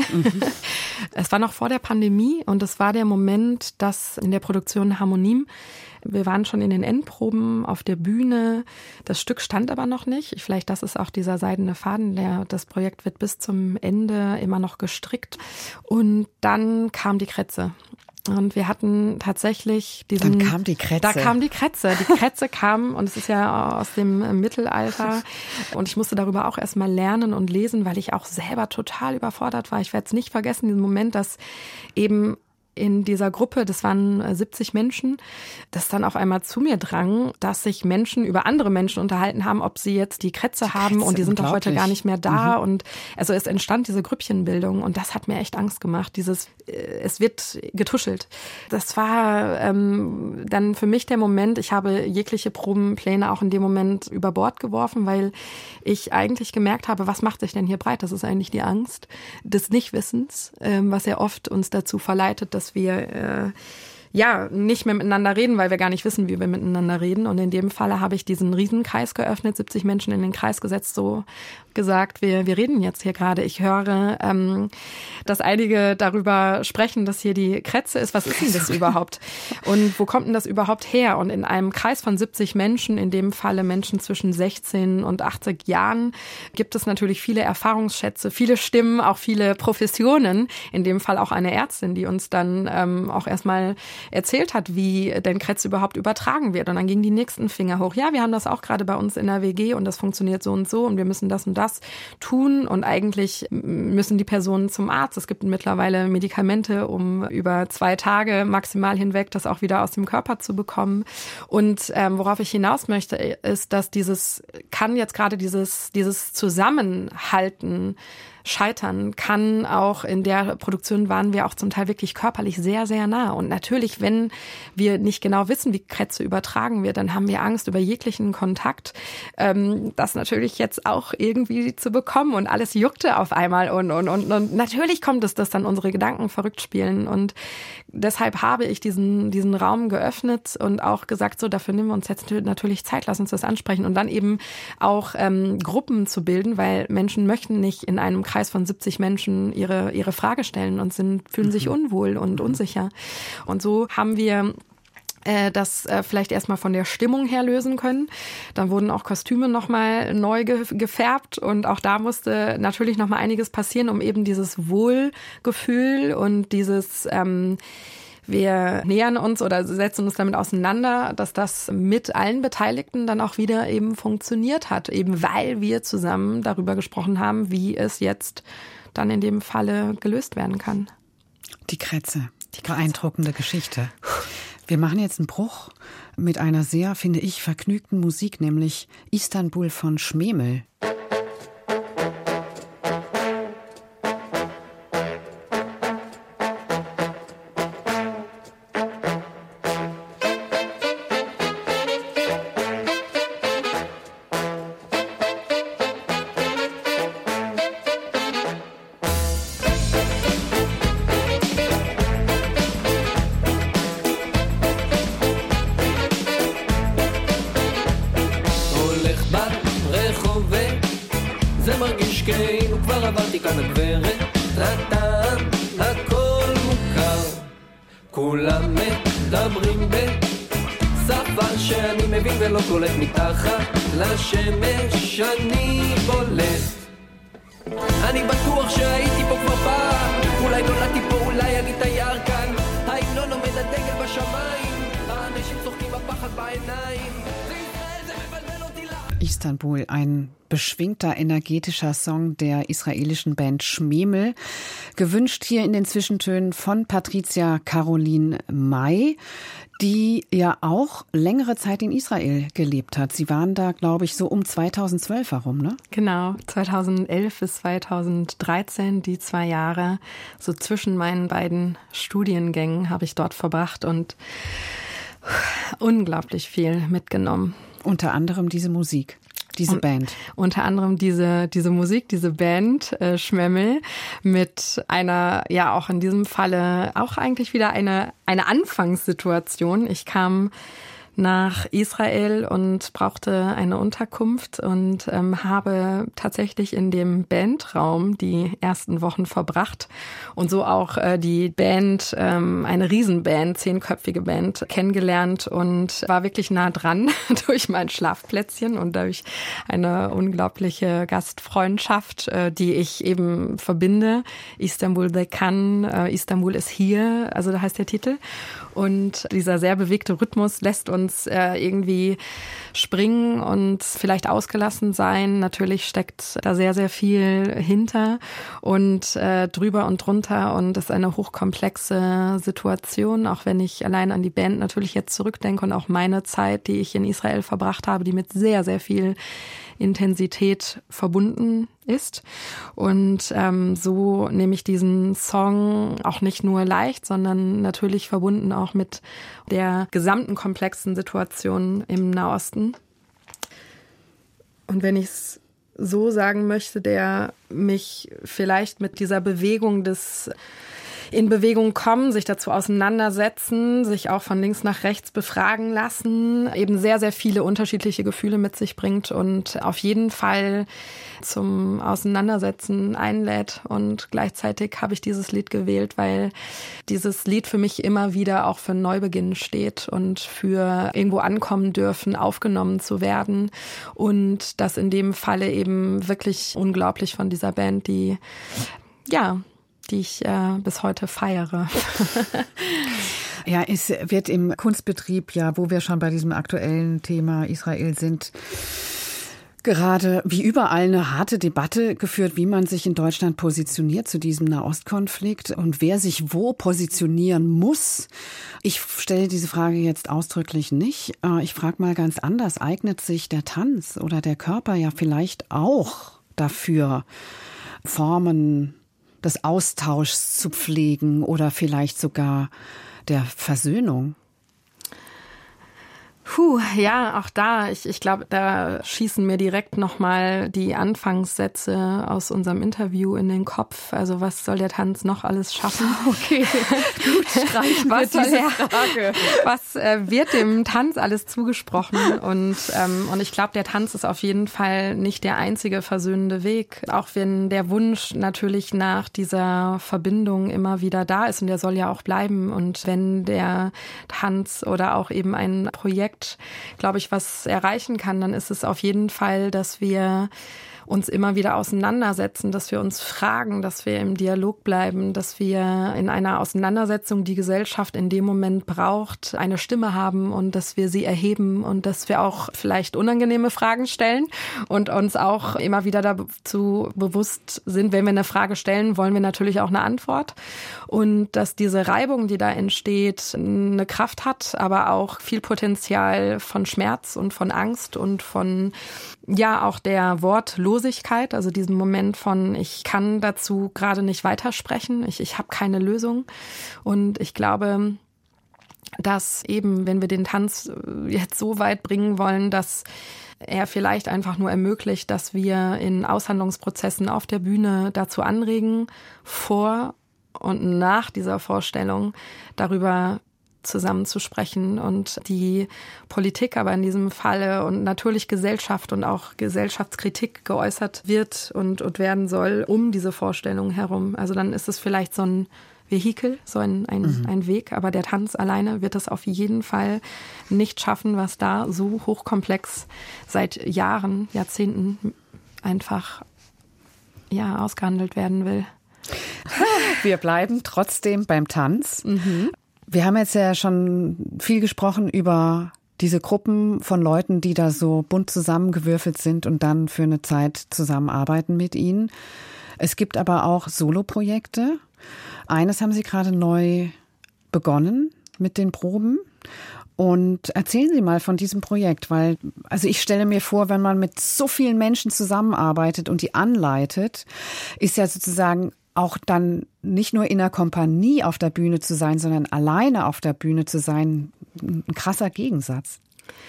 Es war noch vor der Pandemie und es war der Moment, dass in der Produktion Harmonie, wir waren schon in den Endproben auf der Bühne, das Stück stand aber noch nicht. Vielleicht das ist auch dieser seidene Faden, das Projekt wird bis zum Ende immer noch gestrickt. Und dann kam die Krätze. Und wir hatten tatsächlich diesen... Dann kam die Krätze. Da kam die Krätze. Die Krätze kam, und es ist ja aus dem Mittelalter. Und ich musste darüber auch erstmal lernen und lesen, weil ich auch selber total überfordert war. Ich werde es nicht vergessen, diesen Moment, dass eben in dieser Gruppe, das waren 70 Menschen, das dann auf einmal zu mir drang, dass sich Menschen über andere Menschen unterhalten haben, ob sie jetzt die Krätze haben und die sind doch heute gar nicht mehr da. Und also es entstand diese Grüppchenbildung und das hat mir echt Angst gemacht. Es wird getuschelt. Das war dann für mich der Moment, ich habe jegliche Probenpläne auch in dem Moment über Bord geworfen, weil ich eigentlich gemerkt habe, was macht sich denn hier breit? Das ist eigentlich die Angst des Nichtwissens, was ja oft uns dazu verleitet, dass wir nicht mehr miteinander reden, weil wir gar nicht wissen, wie wir miteinander reden. Und in dem Falle habe ich diesen Riesenkreis geöffnet, 70 Menschen in den Kreis gesetzt, so gesagt, wir reden jetzt hier gerade. Ich höre, dass einige darüber sprechen, dass hier die Krätze ist. Was ist denn das überhaupt? Und wo kommt denn das überhaupt her? Und in einem Kreis von 70 Menschen, in dem Falle Menschen zwischen 16 und 80 Jahren, gibt es natürlich viele Erfahrungsschätze, viele Stimmen, auch viele Professionen. In dem Fall auch eine Ärztin, die uns dann auch erstmal erzählt hat, wie denn Krätze überhaupt übertragen wird. Und dann gingen die nächsten Finger hoch. Ja, wir haben das auch gerade bei uns in der WG und das funktioniert so und so und wir müssen das und das tun und eigentlich müssen die Personen zum Arzt. Es gibt mittlerweile Medikamente, um über 2 Tage maximal hinweg das auch wieder aus dem Körper zu bekommen. Und worauf ich hinaus möchte, ist, dass dieses Zusammenhalten scheitern kann. Auch in der Produktion waren wir auch zum Teil wirklich körperlich sehr, sehr nah. Und natürlich, wenn wir nicht genau wissen, wie Krätze übertragen wird, dann haben wir Angst über jeglichen Kontakt, das natürlich jetzt auch irgendwie zu bekommen. Und alles juckte auf einmal. Und natürlich kommt es, dass dann unsere Gedanken verrückt spielen. Und deshalb habe ich diesen Raum geöffnet und auch gesagt, so, dafür nehmen wir uns jetzt natürlich Zeit, lass uns das ansprechen. Und dann eben auch Gruppen zu bilden, weil Menschen möchten nicht in einem Kreis von 70 Menschen ihre Frage stellen und fühlen sich unwohl und unsicher. Und so haben wir das vielleicht erstmal von der Stimmung her lösen können. Dann wurden auch Kostüme nochmal neu gefärbt und auch da musste natürlich nochmal einiges passieren, um eben dieses Wohlgefühl und dieses wir nähern uns oder setzen uns damit auseinander, dass das mit allen Beteiligten dann auch wieder eben funktioniert hat, eben weil wir zusammen darüber gesprochen haben, wie es jetzt dann in dem Falle gelöst werden kann. Die Krätze. Beeindruckende Geschichte. Wir machen jetzt einen Bruch mit einer sehr, finde ich, vergnügten Musik, nämlich Istanbul von Schmemel. מתחת לשמש אני בולט אני בטוח שהייתי פה כבר פעם, אולי נולדתי פה, אולי אני תייר כאן, ההמנון עומד הדגל בשמיים, האנשים צוחקים בפחד בעיניים, זה ישראל, זה מבלבל אותי לה. Istanbul, ein beschwingter, energetischer Song der israelischen Band Shmemel, gewünscht hier in den Zwischentönen von Patricia Caroline May, die ja auch längere Zeit in Israel gelebt hat. Sie waren da, glaube ich, so um 2012 herum, ne? Genau, 2011 bis 2013, die 2 Jahre, so zwischen meinen beiden Studiengängen habe ich dort verbracht und unglaublich viel mitgenommen. Unter anderem diese Musik. Diese Band. Unter anderem diese Musik, diese Band Shmemel mit einer, ja auch in diesem Falle auch eigentlich wieder eine Anfangssituation. Ich kam nach Israel und brauchte eine Unterkunft und habe tatsächlich in dem Bandraum die ersten Wochen verbracht und so auch die Band, eine Riesenband, 10-köpfige Band, kennengelernt und war wirklich nah dran durch mein Schlafplätzchen und durch eine unglaubliche Gastfreundschaft, die ich eben verbinde. Istanbul they can, Istanbul ist hier, also da heißt der Titel. Und dieser sehr bewegte Rhythmus lässt uns irgendwie springen und vielleicht ausgelassen sein. Natürlich steckt da sehr, sehr viel hinter und drüber und drunter und es ist eine hochkomplexe Situation, auch wenn ich allein an die Band natürlich jetzt zurückdenke und auch meine Zeit, die ich in Israel verbracht habe, die mit sehr, sehr viel Intensität verbunden ist. Und so nehme ich diesen Song auch nicht nur leicht, sondern natürlich verbunden auch mit der gesamten komplexen Situation im Nahosten. Und wenn ich es so sagen möchte, der mich vielleicht mit dieser Bewegung des in Bewegung kommen, sich dazu auseinandersetzen, sich auch von links nach rechts befragen lassen, eben sehr, sehr viele unterschiedliche Gefühle mit sich bringt und auf jeden Fall zum Auseinandersetzen einlädt. Und gleichzeitig habe ich dieses Lied gewählt, weil dieses Lied für mich immer wieder auch für einen Neubeginn steht und für irgendwo ankommen dürfen, aufgenommen zu werden. Und das in dem Falle eben wirklich unglaublich von dieser Band, die ich bis heute feiere. Ja, es wird im Kunstbetrieb, ja, wo wir schon bei diesem aktuellen Thema Israel sind, gerade wie überall eine harte Debatte geführt, wie man sich in Deutschland positioniert zu diesem Nahostkonflikt und wer sich wo positionieren muss. Ich stelle diese Frage jetzt ausdrücklich nicht. Ich frage mal ganz anders. Eignet sich der Tanz oder der Körper ja vielleicht auch dafür, Formen des Austauschs zu pflegen oder vielleicht sogar der Versöhnung? Ja, auch da. Ich glaube, da schießen mir direkt nochmal die Anfangssätze aus unserem Interview in den Kopf. Also was soll der Tanz noch alles schaffen? Okay, gut, streichen wir diese Frage. Was wird dem Tanz alles zugesprochen? Und ich glaube, der Tanz ist auf jeden Fall nicht der einzige versöhnende Weg. Auch wenn der Wunsch natürlich nach dieser Verbindung immer wieder da ist und der soll ja auch bleiben. Und wenn der Tanz oder auch eben ein Projekt, glaube ich, was erreichen kann, dann ist es auf jeden Fall, dass wir uns immer wieder auseinandersetzen, dass wir uns fragen, dass wir im Dialog bleiben, dass wir in einer Auseinandersetzung die Gesellschaft in dem Moment braucht, eine Stimme haben und dass wir sie erheben und dass wir auch vielleicht unangenehme Fragen stellen und uns auch immer wieder dazu bewusst sind, wenn wir eine Frage stellen, wollen wir natürlich auch eine Antwort und dass diese Reibung, die da entsteht, eine Kraft hat, aber auch viel Potenzial von Schmerz und von Angst und von auch der Wortlosigkeit, also diesem Moment von, ich kann dazu gerade nicht weitersprechen, ich habe keine Lösung. Und ich glaube, dass eben, wenn wir den Tanz jetzt so weit bringen wollen, dass er vielleicht einfach nur ermöglicht, dass wir in Aushandlungsprozessen auf der Bühne dazu anregen, vor und nach dieser Vorstellung darüber zusammen zu sprechen und die Politik aber in diesem Falle und natürlich Gesellschaft und auch Gesellschaftskritik geäußert wird und werden soll um diese Vorstellung herum. Also dann ist es vielleicht so ein Vehikel, so ein Weg, aber der Tanz alleine wird es auf jeden Fall nicht schaffen, was da so hochkomplex seit Jahren, Jahrzehnten einfach ausgehandelt werden will. Wir bleiben trotzdem beim Tanz. Wir haben jetzt ja schon viel gesprochen über diese Gruppen von Leuten, die da so bunt zusammengewürfelt sind und dann für eine Zeit zusammenarbeiten mit ihnen. Es gibt aber auch Soloprojekte. Eines haben Sie gerade neu begonnen mit den Proben. Und erzählen Sie mal von diesem Projekt, weil, also ich stelle mir vor, wenn man mit so vielen Menschen zusammenarbeitet und die anleitet, ist ja sozusagen auch dann nicht nur in einer Kompanie auf der Bühne zu sein, sondern alleine auf der Bühne zu sein, ein krasser Gegensatz.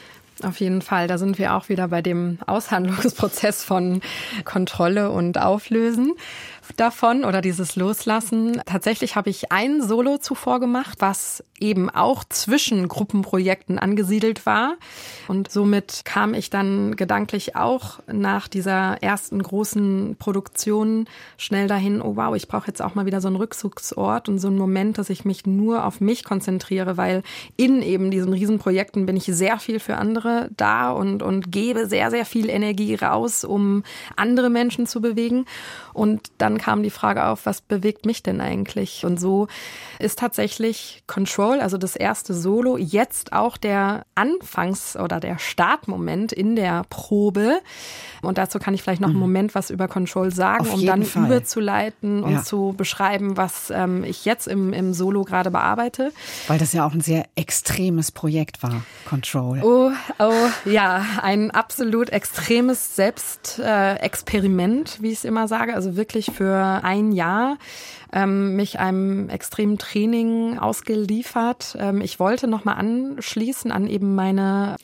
Auf jeden Fall, da sind wir auch wieder bei dem Aushandlungsprozess von Kontrolle und Auflösen davon oder dieses Loslassen. Tatsächlich habe ich ein Solo zuvor gemacht, was eben auch zwischen Gruppenprojekten angesiedelt war. Und somit kam ich dann gedanklich auch nach dieser ersten großen Produktion schnell dahin, oh wow, ich brauche jetzt auch mal wieder so einen Rückzugsort und so einen Moment, dass ich mich nur auf mich konzentriere, weil in eben diesen Riesenprojekten bin ich sehr viel für andere da und gebe sehr, sehr viel Energie raus, um andere Menschen zu bewegen. Und dann kam die Frage auf, was bewegt mich denn eigentlich? Und so ist tatsächlich Control, also das erste Solo, jetzt auch der Anfangs- oder der Startmoment in der Probe. Und dazu kann ich vielleicht noch einen Moment was über Control sagen, um dann überzuleiten und zu beschreiben, was ich jetzt im Solo gerade bearbeite. Weil das ja auch ein sehr extremes Projekt war, Control. Oh, ja, ein absolut extremes Selbstexperiment, wie ich es immer sage. Also wirklich für ein Jahr mich einem extremen Training ausgeliefert. Ich wollte nochmal anschließen an eben meine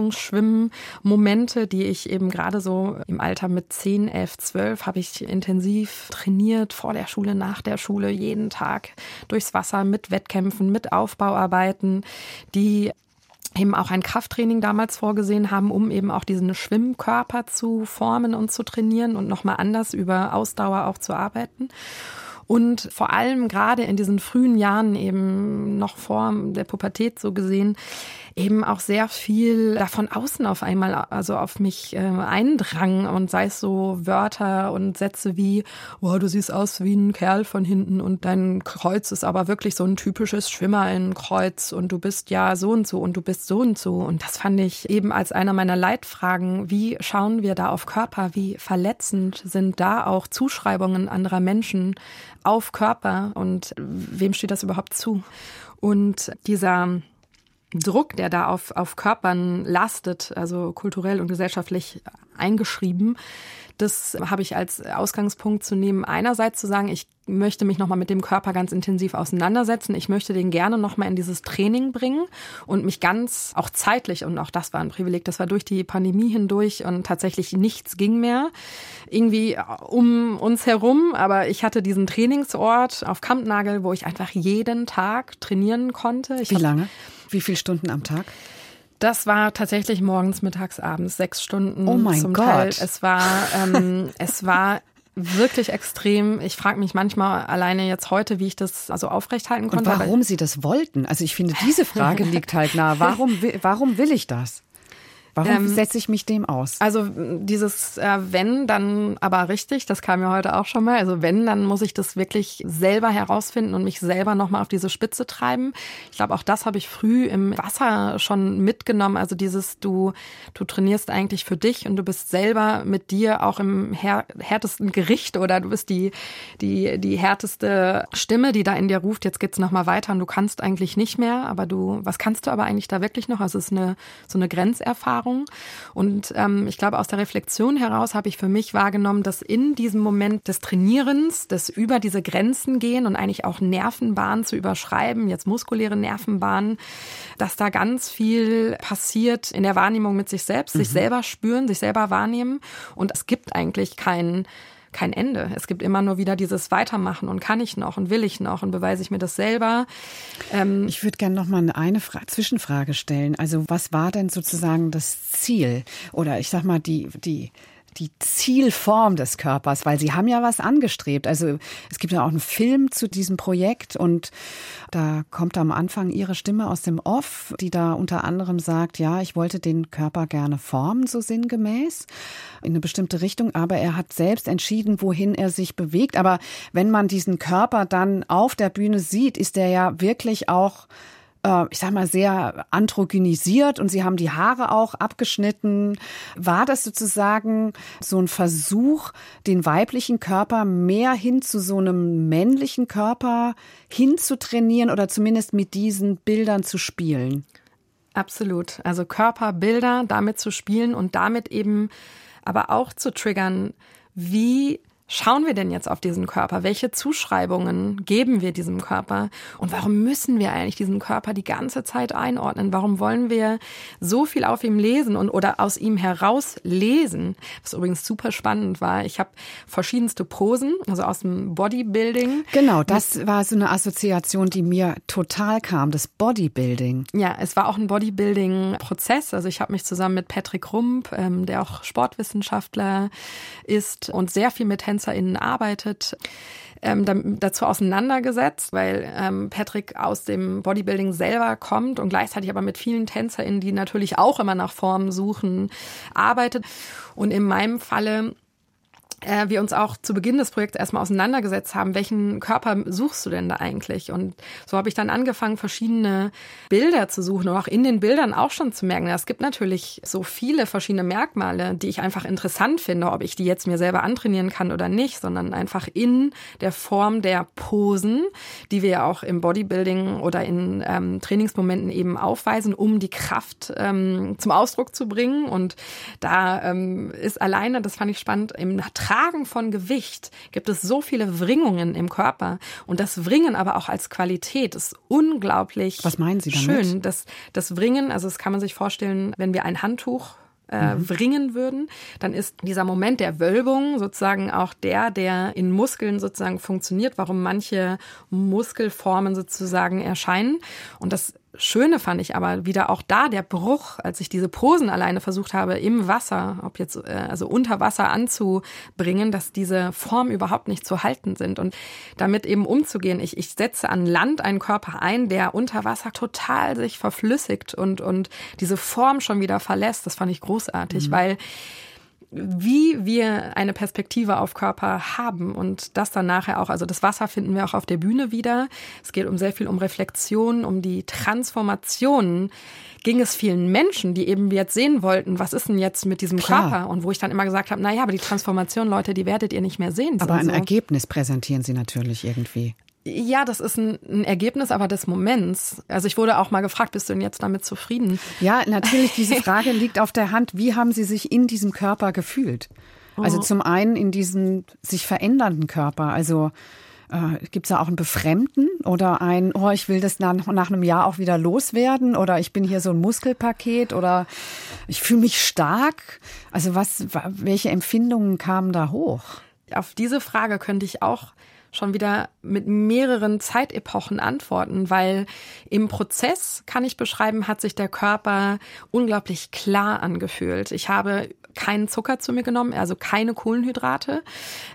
Leistungsschwimmmomente, die ich eben gerade so im Alter mit 10, 11, 12 habe ich intensiv trainiert, vor der Schule, nach der Schule, jeden Tag durchs Wasser mit Wettkämpfen, mit Aufbauarbeiten, die eben auch ein Krafttraining damals vorgesehen haben, um eben auch diesen Schwimmkörper zu formen und zu trainieren und nochmal anders über Ausdauer auch zu arbeiten. Und vor allem gerade in diesen frühen Jahren eben noch vor der Pubertät so gesehen, eben auch sehr viel davon außen auf einmal, also auf mich eindrang und sei es so Wörter und Sätze wie, oh, du siehst aus wie ein Kerl von hinten und dein Kreuz ist aber wirklich so ein typisches Schwimmerinnenkreuz und du bist ja so und so und du bist so und so. Und das fand ich eben als einer meiner Leitfragen, wie schauen wir da auf Körper, wie verletzend sind da auch Zuschreibungen anderer Menschen auf Körper und wem steht das überhaupt zu? Und dieser Druck, der da auf Körpern lastet, also kulturell und gesellschaftlich eingeschrieben, das habe ich als Ausgangspunkt zu nehmen. Einerseits zu sagen, ich möchte mich nochmal mit dem Körper ganz intensiv auseinandersetzen. Ich möchte den gerne nochmal in dieses Training bringen und mich ganz, auch zeitlich, und auch das war ein Privileg, das war durch die Pandemie hindurch und tatsächlich nichts ging mehr irgendwie um uns herum. Aber ich hatte diesen Trainingsort auf Kampnagel, wo ich einfach jeden Tag trainieren konnte. Wie lange? Wie viele Stunden am Tag? Das war tatsächlich morgens, mittags, abends, 6 Stunden. Oh mein Gott. Teil. Es war wirklich extrem. Ich frage mich manchmal alleine jetzt heute, wie ich das also aufrechthalten konnte. Und warum Sie das wollten? Also ich finde, diese Frage liegt halt nahe. Warum will ich das? Warum setze ich mich dem aus? Also dieses wenn, dann aber richtig, das kam ja heute auch schon mal. Also wenn, dann muss ich das wirklich selber herausfinden und mich selber nochmal auf diese Spitze treiben. Ich glaube, auch das habe ich früh im Wasser schon mitgenommen. Also dieses, du trainierst eigentlich für dich und du bist selber mit dir auch im härtesten Gericht oder du bist die härteste Stimme, die da in dir ruft, jetzt geht's nochmal weiter und du kannst eigentlich nicht mehr, aber was kannst du aber eigentlich da wirklich noch? Also es ist so eine Grenzerfahrung. Und ich glaube, aus der Reflexion heraus habe ich für mich wahrgenommen, dass in diesem Moment des Trainierens, des über diese Grenzen gehen und eigentlich auch Nervenbahnen zu überschreiben, jetzt muskuläre Nervenbahnen, dass da ganz viel passiert in der Wahrnehmung mit sich selbst, sich selber spüren, sich selber wahrnehmen. Und es gibt eigentlich kein Ende. Es gibt immer nur wieder dieses Weitermachen und kann ich noch und will ich noch und beweise ich mir das selber. Ich würde gerne noch mal eine Zwischenfrage stellen. Also was war denn sozusagen das Ziel oder ich sag mal die die Zielform des Körpers, weil Sie haben ja was angestrebt. Also es gibt ja auch einen Film zu diesem Projekt und da kommt am Anfang Ihre Stimme aus dem Off, die da unter anderem sagt, ja, ich wollte den Körper gerne formen, so sinngemäß, in eine bestimmte Richtung, aber er hat selbst entschieden, wohin er sich bewegt. Aber wenn man diesen Körper dann auf der Bühne sieht, ist er ja wirklich auch, ich sag mal, sehr androgynisiert und Sie haben die Haare auch abgeschnitten. War das sozusagen so ein Versuch, den weiblichen Körper mehr hin zu so einem männlichen Körper hinzutrainieren oder zumindest mit diesen Bildern zu spielen? Absolut. Also Körperbilder, damit zu spielen und damit eben aber auch zu triggern, wie schauen wir denn jetzt auf diesen Körper? Welche Zuschreibungen geben wir diesem Körper? Und warum müssen wir eigentlich diesen Körper die ganze Zeit einordnen? Warum wollen wir so viel auf ihm lesen oder aus ihm heraus lesen? Was übrigens super spannend war. Ich habe verschiedenste Posen, also aus dem Bodybuilding. Genau, das war so eine Assoziation, die mir total kam, das Bodybuilding. Ja, es war auch ein Bodybuilding-Prozess. Also ich habe mich zusammen mit Patrick Rump, der auch Sportwissenschaftler ist und sehr viel mit TänzerInnen arbeitet, dazu auseinandergesetzt, weil Patrick aus dem Bodybuilding selber kommt und gleichzeitig aber mit vielen TänzerInnen, die natürlich auch immer nach Formen suchen, arbeitet. Und in meinem Falle wir uns auch zu Beginn des Projekts erstmal auseinandergesetzt haben, welchen Körper suchst du denn da eigentlich? Und so habe ich dann angefangen, verschiedene Bilder zu suchen und auch in den Bildern auch schon zu merken, es gibt natürlich so viele verschiedene Merkmale, die ich einfach interessant finde, ob ich die jetzt mir selber antrainieren kann oder nicht, sondern einfach in der Form der Posen, die wir ja auch im Bodybuilding oder in Trainingsmomenten eben aufweisen, um die Kraft zum Ausdruck zu bringen. Und da ist alleine, das fand ich spannend, im Tragen von Gewicht gibt es so viele Wringungen im Körper und das Wringen aber auch als Qualität ist unglaublich. Was meinen Sie damit? Schön. Das Wringen, also das kann man sich vorstellen, wenn wir ein Handtuch wringen würden, dann ist dieser Moment der Wölbung sozusagen auch der in Muskeln sozusagen funktioniert, warum manche Muskelformen sozusagen erscheinen. Und das Schöne fand ich aber wieder auch da der Bruch, als ich diese Posen alleine versucht habe, im Wasser, ob jetzt also unter Wasser anzubringen, dass diese Formen überhaupt nicht zu halten sind und damit eben umzugehen. Ich setze an Land einen Körper ein, der unter Wasser total sich verflüssigt und diese Form schon wieder verlässt. Das fand ich großartig, weil wie wir eine Perspektive auf Körper haben und das dann nachher auch, also das Wasser finden wir auch auf der Bühne wieder. Es geht sehr viel um Reflexion, um die Transformation. Ging es vielen Menschen, die eben jetzt sehen wollten, was ist denn jetzt mit diesem Körper? Und wo ich dann immer gesagt habe, naja, aber die Transformation, Leute, die werdet ihr nicht mehr sehen. Aber ein Ergebnis präsentieren Sie natürlich irgendwie. Ja, das ist ein Ergebnis aber des Moments. Also ich wurde auch mal gefragt, bist du denn jetzt damit zufrieden? Ja, natürlich, diese Frage liegt auf der Hand. Wie haben Sie sich in diesem Körper gefühlt? Also zum einen in diesem sich verändernden Körper. Also gibt es da auch ein Befremden oder ein, ich will das nach einem Jahr auch wieder loswerden oder ich bin hier so ein Muskelpaket oder ich fühle mich stark. Also welche Empfindungen kamen da hoch? Auf diese Frage könnte ich auch schon wieder mit mehreren Zeitepochen antworten, weil im Prozess, kann ich beschreiben, hat sich der Körper unglaublich klar angefühlt. Ich habe keinen Zucker zu mir genommen, also keine Kohlenhydrate,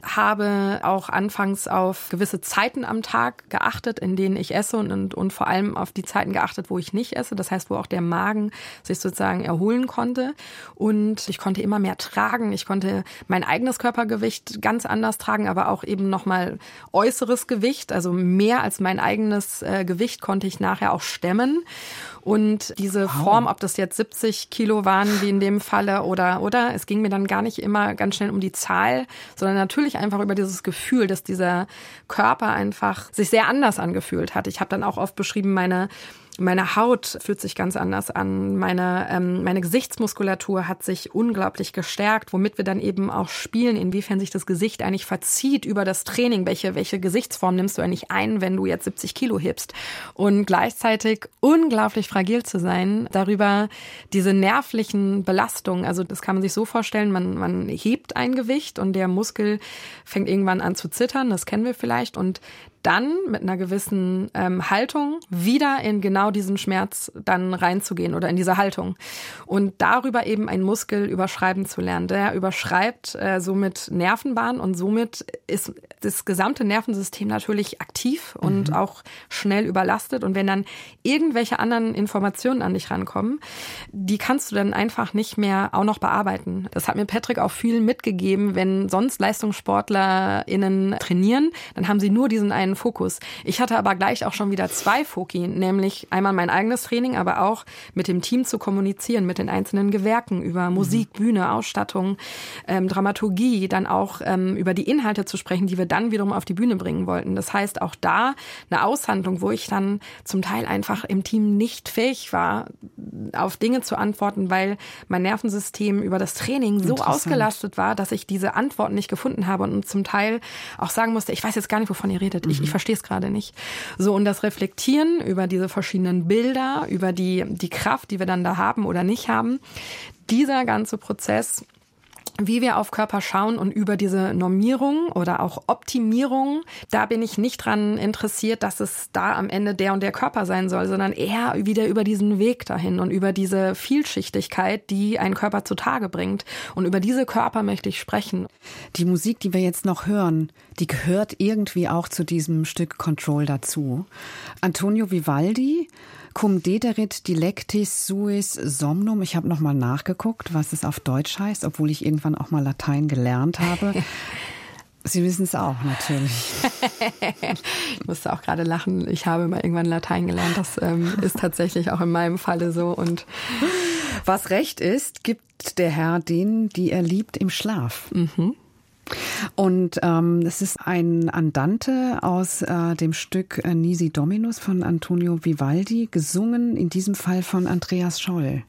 habe auch anfangs auf gewisse Zeiten am Tag geachtet, in denen ich esse und vor allem auf die Zeiten geachtet, wo ich nicht esse, das heißt, wo auch der Magen sich sozusagen erholen konnte und ich konnte immer mehr tragen, ich konnte mein eigenes Körpergewicht ganz anders tragen, aber auch eben nochmal äußeres Gewicht, also mehr als mein eigenes Gewicht konnte ich nachher auch stemmen. Und diese Form, ob das jetzt 70 Kilo waren, wie in dem Falle, oder, es ging mir dann gar nicht immer ganz schnell um die Zahl, sondern natürlich einfach über dieses Gefühl, dass dieser Körper einfach sich sehr anders angefühlt hat. Ich habe dann auch oft beschrieben, meine Haut fühlt sich ganz anders an. Meine Gesichtsmuskulatur hat sich unglaublich gestärkt, womit wir dann eben auch spielen, inwiefern sich das Gesicht eigentlich verzieht über das Training. Welche Gesichtsform nimmst du eigentlich ein, wenn du jetzt 70 Kilo hebst? Und gleichzeitig unglaublich fragil zu sein, darüber diese nervlichen Belastungen. Also das kann man sich so vorstellen, man hebt ein Gewicht und der Muskel fängt irgendwann an zu zittern, das kennen wir vielleicht, und dann mit einer gewissen Haltung wieder in genau genau diesen Schmerz dann reinzugehen oder in diese Haltung. Und darüber eben einen Muskel überschreiben zu lernen. Der überschreibt somit Nervenbahnen und somit ist das gesamte Nervensystem natürlich aktiv und auch schnell überlastet. Und wenn dann irgendwelche anderen Informationen an dich rankommen, die kannst du dann einfach nicht mehr auch noch bearbeiten. Das hat mir Patrick auch viel mitgegeben, wenn sonst LeistungssportlerInnen trainieren, dann haben sie nur diesen einen Fokus. Ich hatte aber gleich auch schon wieder 2 Foki, nämlich einmal mein eigenes Training, aber auch mit dem Team zu kommunizieren, mit den einzelnen Gewerken über Musik, Bühne, Ausstattung, Dramaturgie, dann auch über die Inhalte zu sprechen, die wir dann wiederum auf die Bühne bringen wollten. Das heißt, auch da eine Aushandlung, wo ich dann zum Teil einfach im Team nicht fähig war, auf Dinge zu antworten, weil mein Nervensystem über das Training so ausgelastet war, dass ich diese Antworten nicht gefunden habe und zum Teil auch sagen musste, ich weiß jetzt gar nicht, wovon ihr redet, ich verstehe es gerade nicht. So, und das Reflektieren über diese verschiedenen Bilder, über die Kraft, die wir dann da haben oder nicht haben, dieser ganze Prozess, wie wir auf Körper schauen und über diese Normierung oder auch Optimierung, da bin ich nicht dran interessiert, dass es da am Ende der und der Körper sein soll, sondern eher wieder über diesen Weg dahin und über diese Vielschichtigkeit, die ein Körper zutage bringt. Und über diese Körper möchte ich sprechen. Die Musik, die wir jetzt noch hören, die gehört irgendwie auch zu diesem Stück Control dazu. Antonio Vivaldi, Cum dederit dilectis suis somnum. Ich habe nochmal nachgeguckt, was es auf Deutsch heißt, obwohl ich irgendwann auch mal Latein gelernt habe. Sie wissen es auch natürlich. Ich musste auch gerade lachen. Ich habe mal irgendwann Latein gelernt. Das ist tatsächlich auch in meinem Falle so. Und was recht ist, gibt der Herr denen, die er liebt, im Schlaf. Und es ist ein Andante aus dem Stück Nisi Dominus von Antonio Vivaldi, gesungen in diesem Fall von Andreas Scholl.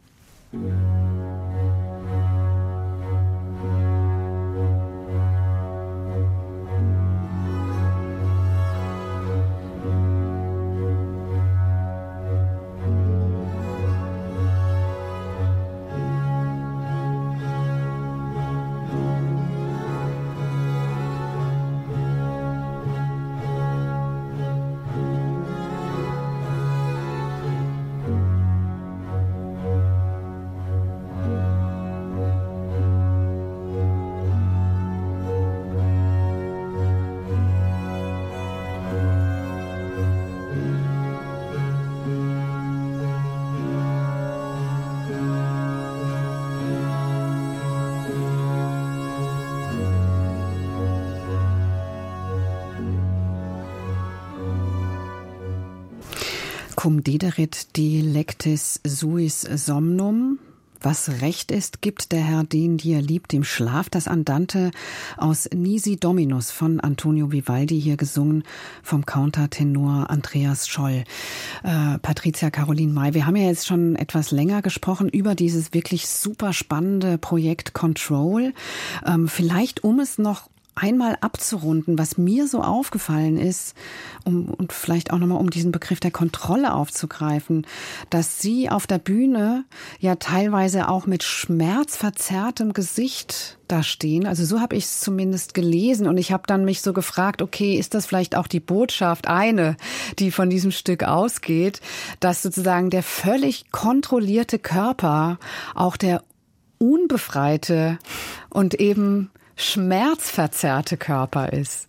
Cum dederit dilectis suis somnum. Was recht ist, gibt der Herr den, die er liebt, dem Schlaf. Das Andante aus Nisi Dominus von Antonio Vivaldi, hier gesungen vom Countertenor Andreas Scholl. Patricia Caroline May, wir haben ja jetzt schon etwas länger gesprochen über dieses wirklich super spannende Projekt Control. Vielleicht, um es noch einmal abzurunden, was mir so aufgefallen ist, und vielleicht auch nochmal um diesen Begriff der Kontrolle aufzugreifen, dass Sie auf der Bühne ja teilweise auch mit schmerzverzerrtem Gesicht da stehen. Also so habe ich es zumindest gelesen und ich habe dann mich so gefragt, okay, ist das vielleicht auch die Botschaft, die von diesem Stück ausgeht, dass sozusagen der völlig kontrollierte Körper auch der unbefreite und eben schmerzverzerrte Körper ist.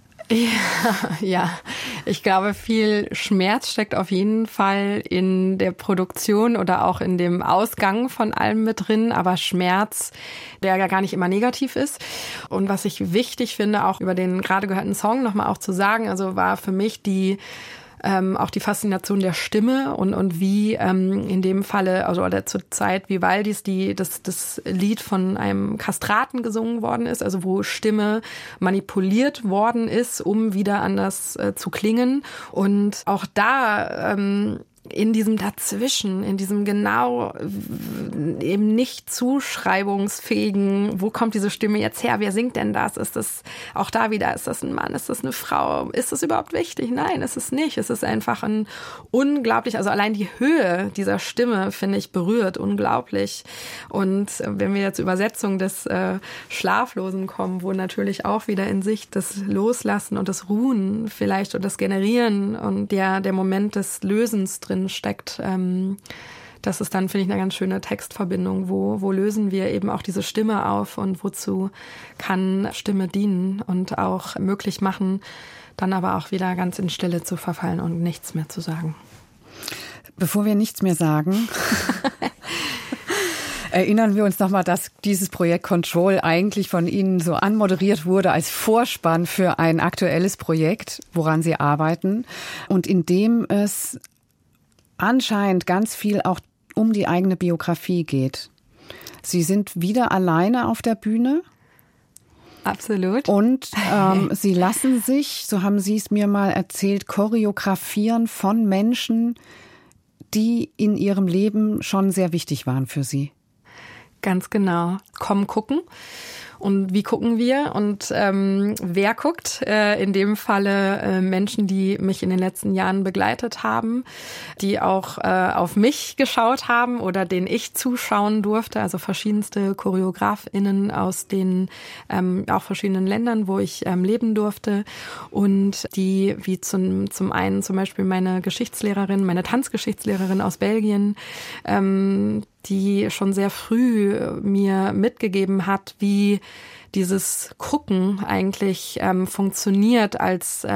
Ja, ich glaube, viel Schmerz steckt auf jeden Fall in der Produktion oder auch in dem Ausgang von allem mit drin, aber Schmerz, der ja gar nicht immer negativ ist. Und was ich wichtig finde, auch über den gerade gehörten Song nochmal auch zu sagen, also war für mich auch die Faszination der Stimme und wie in dem Falle, also oder zur Zeit Vivaldis, das Lied von einem Kastraten gesungen worden ist, also wo Stimme manipuliert worden ist, um wieder anders zu klingen. Und auch da in diesem Dazwischen, in diesem genau eben nicht zuschreibungsfähigen, wo kommt diese Stimme jetzt her, wer singt denn das? Ist das auch da wieder, ist das ein Mann, ist das eine Frau? Ist das überhaupt wichtig? Nein, ist es nicht. Es ist einfach ein unglaublich, also allein die Höhe dieser Stimme, finde ich, berührt unglaublich. Und wenn wir jetzt zur Übersetzung des Schlaflosen kommen, wo natürlich auch wieder in sich das Loslassen und das Ruhen vielleicht und das Generieren und der Moment des Lösens drin drin steckt. Das ist dann, finde ich, eine ganz schöne Textverbindung. Wo lösen wir eben auch diese Stimme auf und wozu kann Stimme dienen und auch möglich machen, dann aber auch wieder ganz in Stille zu verfallen und nichts mehr zu sagen. Bevor wir nichts mehr sagen, erinnern wir uns nochmal, dass dieses Projekt Control eigentlich von Ihnen so anmoderiert wurde als Vorspann für ein aktuelles Projekt, woran Sie arbeiten und in dem es anscheinend ganz viel auch um die eigene Biografie geht. Sie sind wieder alleine auf der Bühne. Absolut. Und Sie lassen sich, so haben Sie es mir mal erzählt, choreografieren von Menschen, die in Ihrem Leben schon sehr wichtig waren für Sie. Ganz genau. Komm gucken. Und wie gucken wir? Und wer guckt? In dem Falle Menschen, die mich in den letzten Jahren begleitet haben, die auch auf mich geschaut haben oder denen ich zuschauen durfte. Also verschiedenste ChoreografInnen aus den auch verschiedenen Ländern, wo ich leben durfte. Und die, wie zum einen zum Beispiel meine Geschichtslehrerin, meine Tanzgeschichtslehrerin aus Belgien, die schon sehr früh mir mitgegeben hat, wie dieses Gucken eigentlich funktioniert als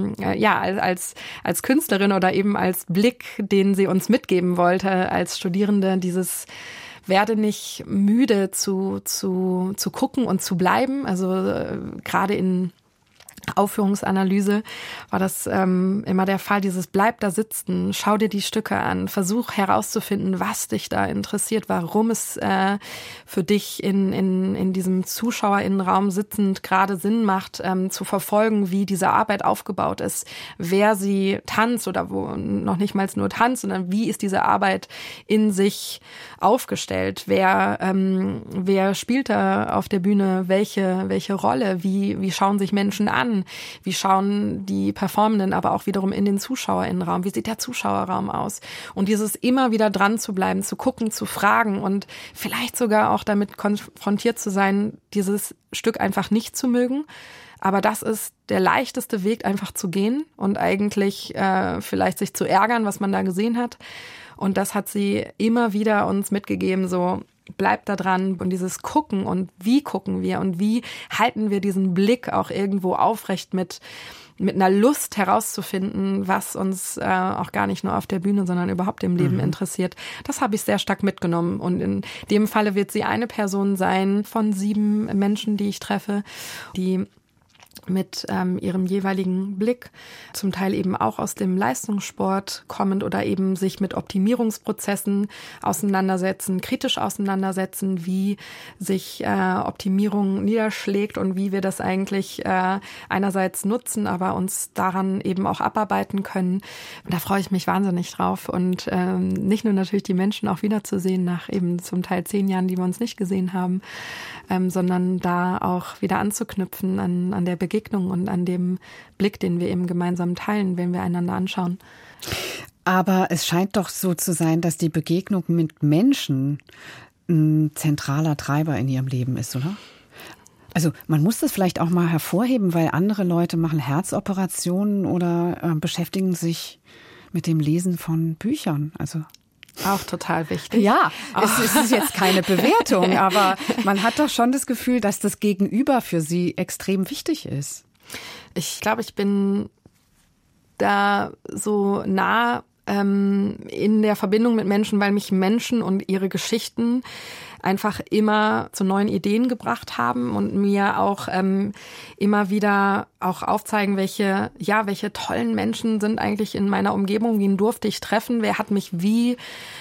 Künstlerin oder eben als Blick, den sie uns mitgeben wollte als Studierende, dieses werde nicht müde zu gucken und zu bleiben. Also gerade in Aufführungsanalyse war das immer der Fall, dieses bleib da sitzen, schau dir die Stücke an, versuch herauszufinden, was dich da interessiert, warum es für dich in diesem ZuschauerInnenraum sitzend gerade Sinn macht, zu verfolgen, wie diese Arbeit aufgebaut ist, wer sie tanzt oder wo noch nicht mal nur tanzt, sondern wie ist diese Arbeit in sich aufgestellt, wer spielt da auf der Bühne welche Rolle, wie schauen sich Menschen an, wie schauen die Performenden aber auch wiederum in den ZuschauerInnenraum, wie sieht der Zuschauerraum aus? Und dieses immer wieder dran zu bleiben, zu gucken, zu fragen und vielleicht sogar auch damit konfrontiert zu sein, dieses Stück einfach nicht zu mögen. Aber das ist der leichteste Weg, einfach zu gehen und eigentlich vielleicht sich zu ärgern, was man da gesehen hat. Und das hat sie immer wieder uns mitgegeben, so bleibt da dran und dieses Gucken und wie gucken wir und wie halten wir diesen Blick auch irgendwo aufrecht mit einer Lust herauszufinden, was uns auch gar nicht nur auf der Bühne, sondern überhaupt im Leben interessiert. Das habe ich sehr stark mitgenommen und in dem Falle wird sie eine Person sein von 7 Menschen, die ich treffe, die mit ihrem jeweiligen Blick, zum Teil eben auch aus dem Leistungssport kommend oder eben sich mit Optimierungsprozessen auseinandersetzen, kritisch auseinandersetzen, wie sich Optimierung niederschlägt und wie wir das eigentlich einerseits nutzen, aber uns daran eben auch abarbeiten können. Und da freue ich mich wahnsinnig drauf und nicht nur natürlich die Menschen auch wiederzusehen nach eben zum Teil 10 Jahren, die wir uns nicht gesehen haben, sondern da auch wieder anzuknüpfen an der Begegnung und an dem Blick, den wir eben gemeinsam teilen, wenn wir einander anschauen. Aber es scheint doch so zu sein, dass die Begegnung mit Menschen ein zentraler Treiber in ihrem Leben ist, oder? Also man muss das vielleicht auch mal hervorheben, weil andere Leute machen Herzoperationen oder beschäftigen sich mit dem Lesen von Büchern. Also auch total wichtig. Ja, es ist jetzt keine Bewertung, aber man hat doch schon das Gefühl, dass das Gegenüber für Sie extrem wichtig ist. Ich glaube, ich bin da so nah in der Verbindung mit Menschen, weil mich Menschen und ihre Geschichten einfach immer zu neuen Ideen gebracht haben und mir auch immer wieder auch aufzeigen, welche tollen Menschen sind eigentlich in meiner Umgebung, wen durfte ich treffen, wer hat mich wie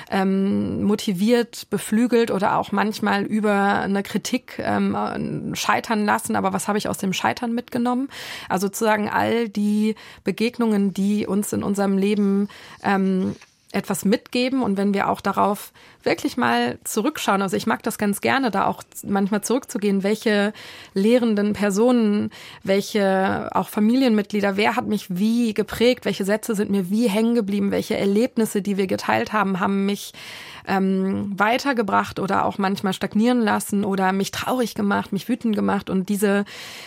motiviert, beflügelt oder auch manchmal über eine Kritik scheitern lassen, aber was habe ich aus dem Scheitern mitgenommen? Also sozusagen all die Begegnungen, die uns in unserem Leben etwas mitgeben und wenn wir auch darauf wirklich mal zurückschauen, also ich mag das ganz gerne, da auch manchmal zurückzugehen, welche lehrenden Personen, welche auch Familienmitglieder, wer hat mich wie geprägt, welche Sätze sind mir wie hängen geblieben, welche Erlebnisse, die wir geteilt haben, haben mich weitergebracht oder auch manchmal stagnieren lassen oder mich traurig gemacht, mich wütend gemacht. Und diese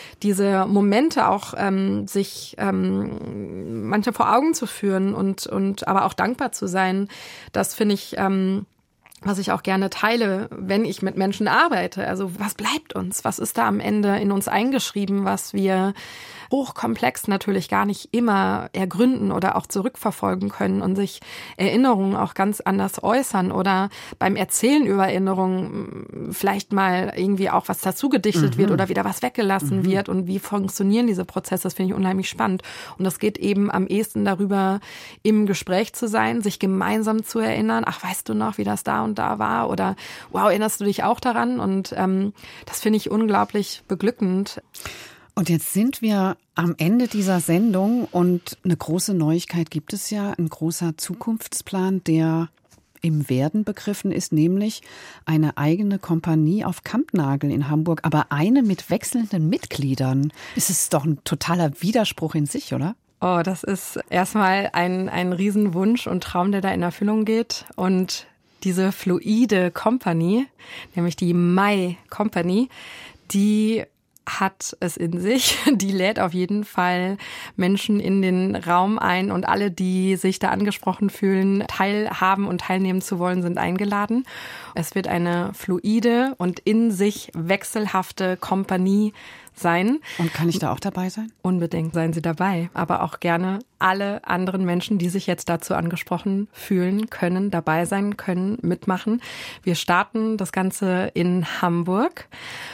Momente auch sich manchmal vor Augen zu führen und aber auch dankbar zu sein, das finde ich, was ich auch gerne teile, wenn ich mit Menschen arbeite. Also was bleibt uns? Was ist da am Ende in uns eingeschrieben, was wir hochkomplex natürlich gar nicht immer ergründen oder auch zurückverfolgen können und sich Erinnerungen auch ganz anders äußern oder beim Erzählen über Erinnerungen vielleicht mal irgendwie auch was dazu gedichtet wird oder wieder was weggelassen wird und wie funktionieren diese Prozesse, das finde ich unheimlich spannend. Und das geht eben am ehesten darüber, im Gespräch zu sein, sich gemeinsam zu erinnern, ach, weißt du noch, wie das da und da war oder wow, erinnerst du dich auch daran? Und das finde ich unglaublich beglückend. Und jetzt sind wir am Ende dieser Sendung und eine große Neuigkeit gibt es ja, ein großer Zukunftsplan, der im Werden begriffen ist, nämlich eine eigene Kompanie auf Kampnagel in Hamburg, aber eine mit wechselnden Mitgliedern. Es ist doch ein totaler Widerspruch in sich, oder? Oh, das ist erstmal ein Riesenwunsch und Traum, der da in Erfüllung geht. Und diese fluide Company, nämlich die My Company, die hat es in sich. Die lädt auf jeden Fall Menschen in den Raum ein und alle, die sich da angesprochen fühlen, teilhaben und teilnehmen zu wollen, sind eingeladen. Es wird eine fluide und in sich wechselhafte Kompanie sein. Und kann ich da auch dabei sein? Unbedingt seien Sie dabei. Aber auch gerne alle anderen Menschen, die sich jetzt dazu angesprochen fühlen, können dabei sein, können mitmachen. Wir starten das Ganze in Hamburg.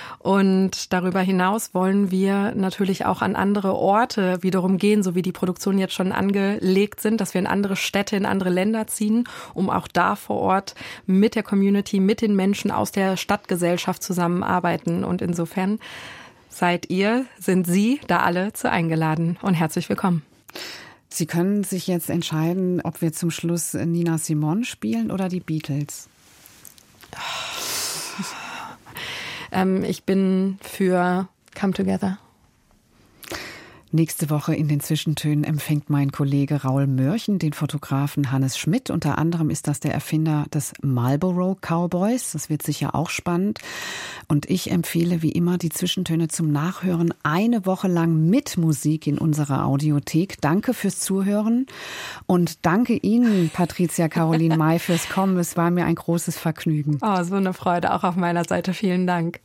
Und darüber hinaus wollen wir natürlich auch an andere Orte wiederum gehen, so wie die Produktionen jetzt schon angelegt sind, dass wir in andere Städte, in andere Länder ziehen, um auch da vor Ort mit der Community, mit den Menschen aus der Stadtgesellschaft zusammenarbeiten. Und insofern sind Sie da alle zu eingeladen und herzlich willkommen. Sie können sich jetzt entscheiden, ob wir zum Schluss Nina Simone spielen oder die Beatles. Ich bin für Come Together. Nächste Woche in den Zwischentönen empfängt mein Kollege Raul Mörchen den Fotografen Hannes Schmidt. Unter anderem ist das der Erfinder des Marlboro Cowboys. Das wird sicher auch spannend. Und ich empfehle wie immer die Zwischentöne zum Nachhören eine Woche lang mit Musik in unserer Audiothek. Danke fürs Zuhören und danke Ihnen, Patricia Caroline May, fürs Kommen. Es war mir ein großes Vergnügen. Oh, es war eine Freude, auch auf meiner Seite. Vielen Dank.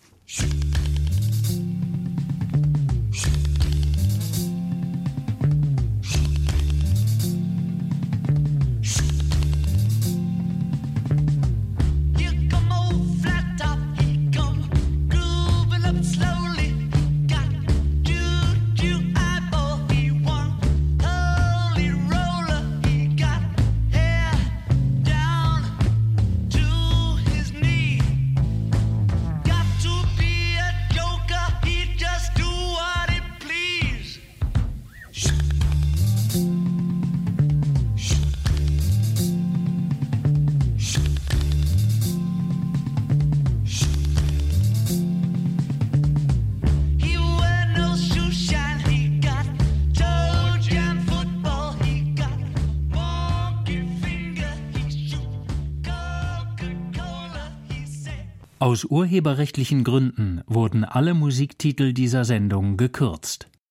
Aus urheberrechtlichen Gründen wurden alle Musiktitel dieser Sendung gekürzt.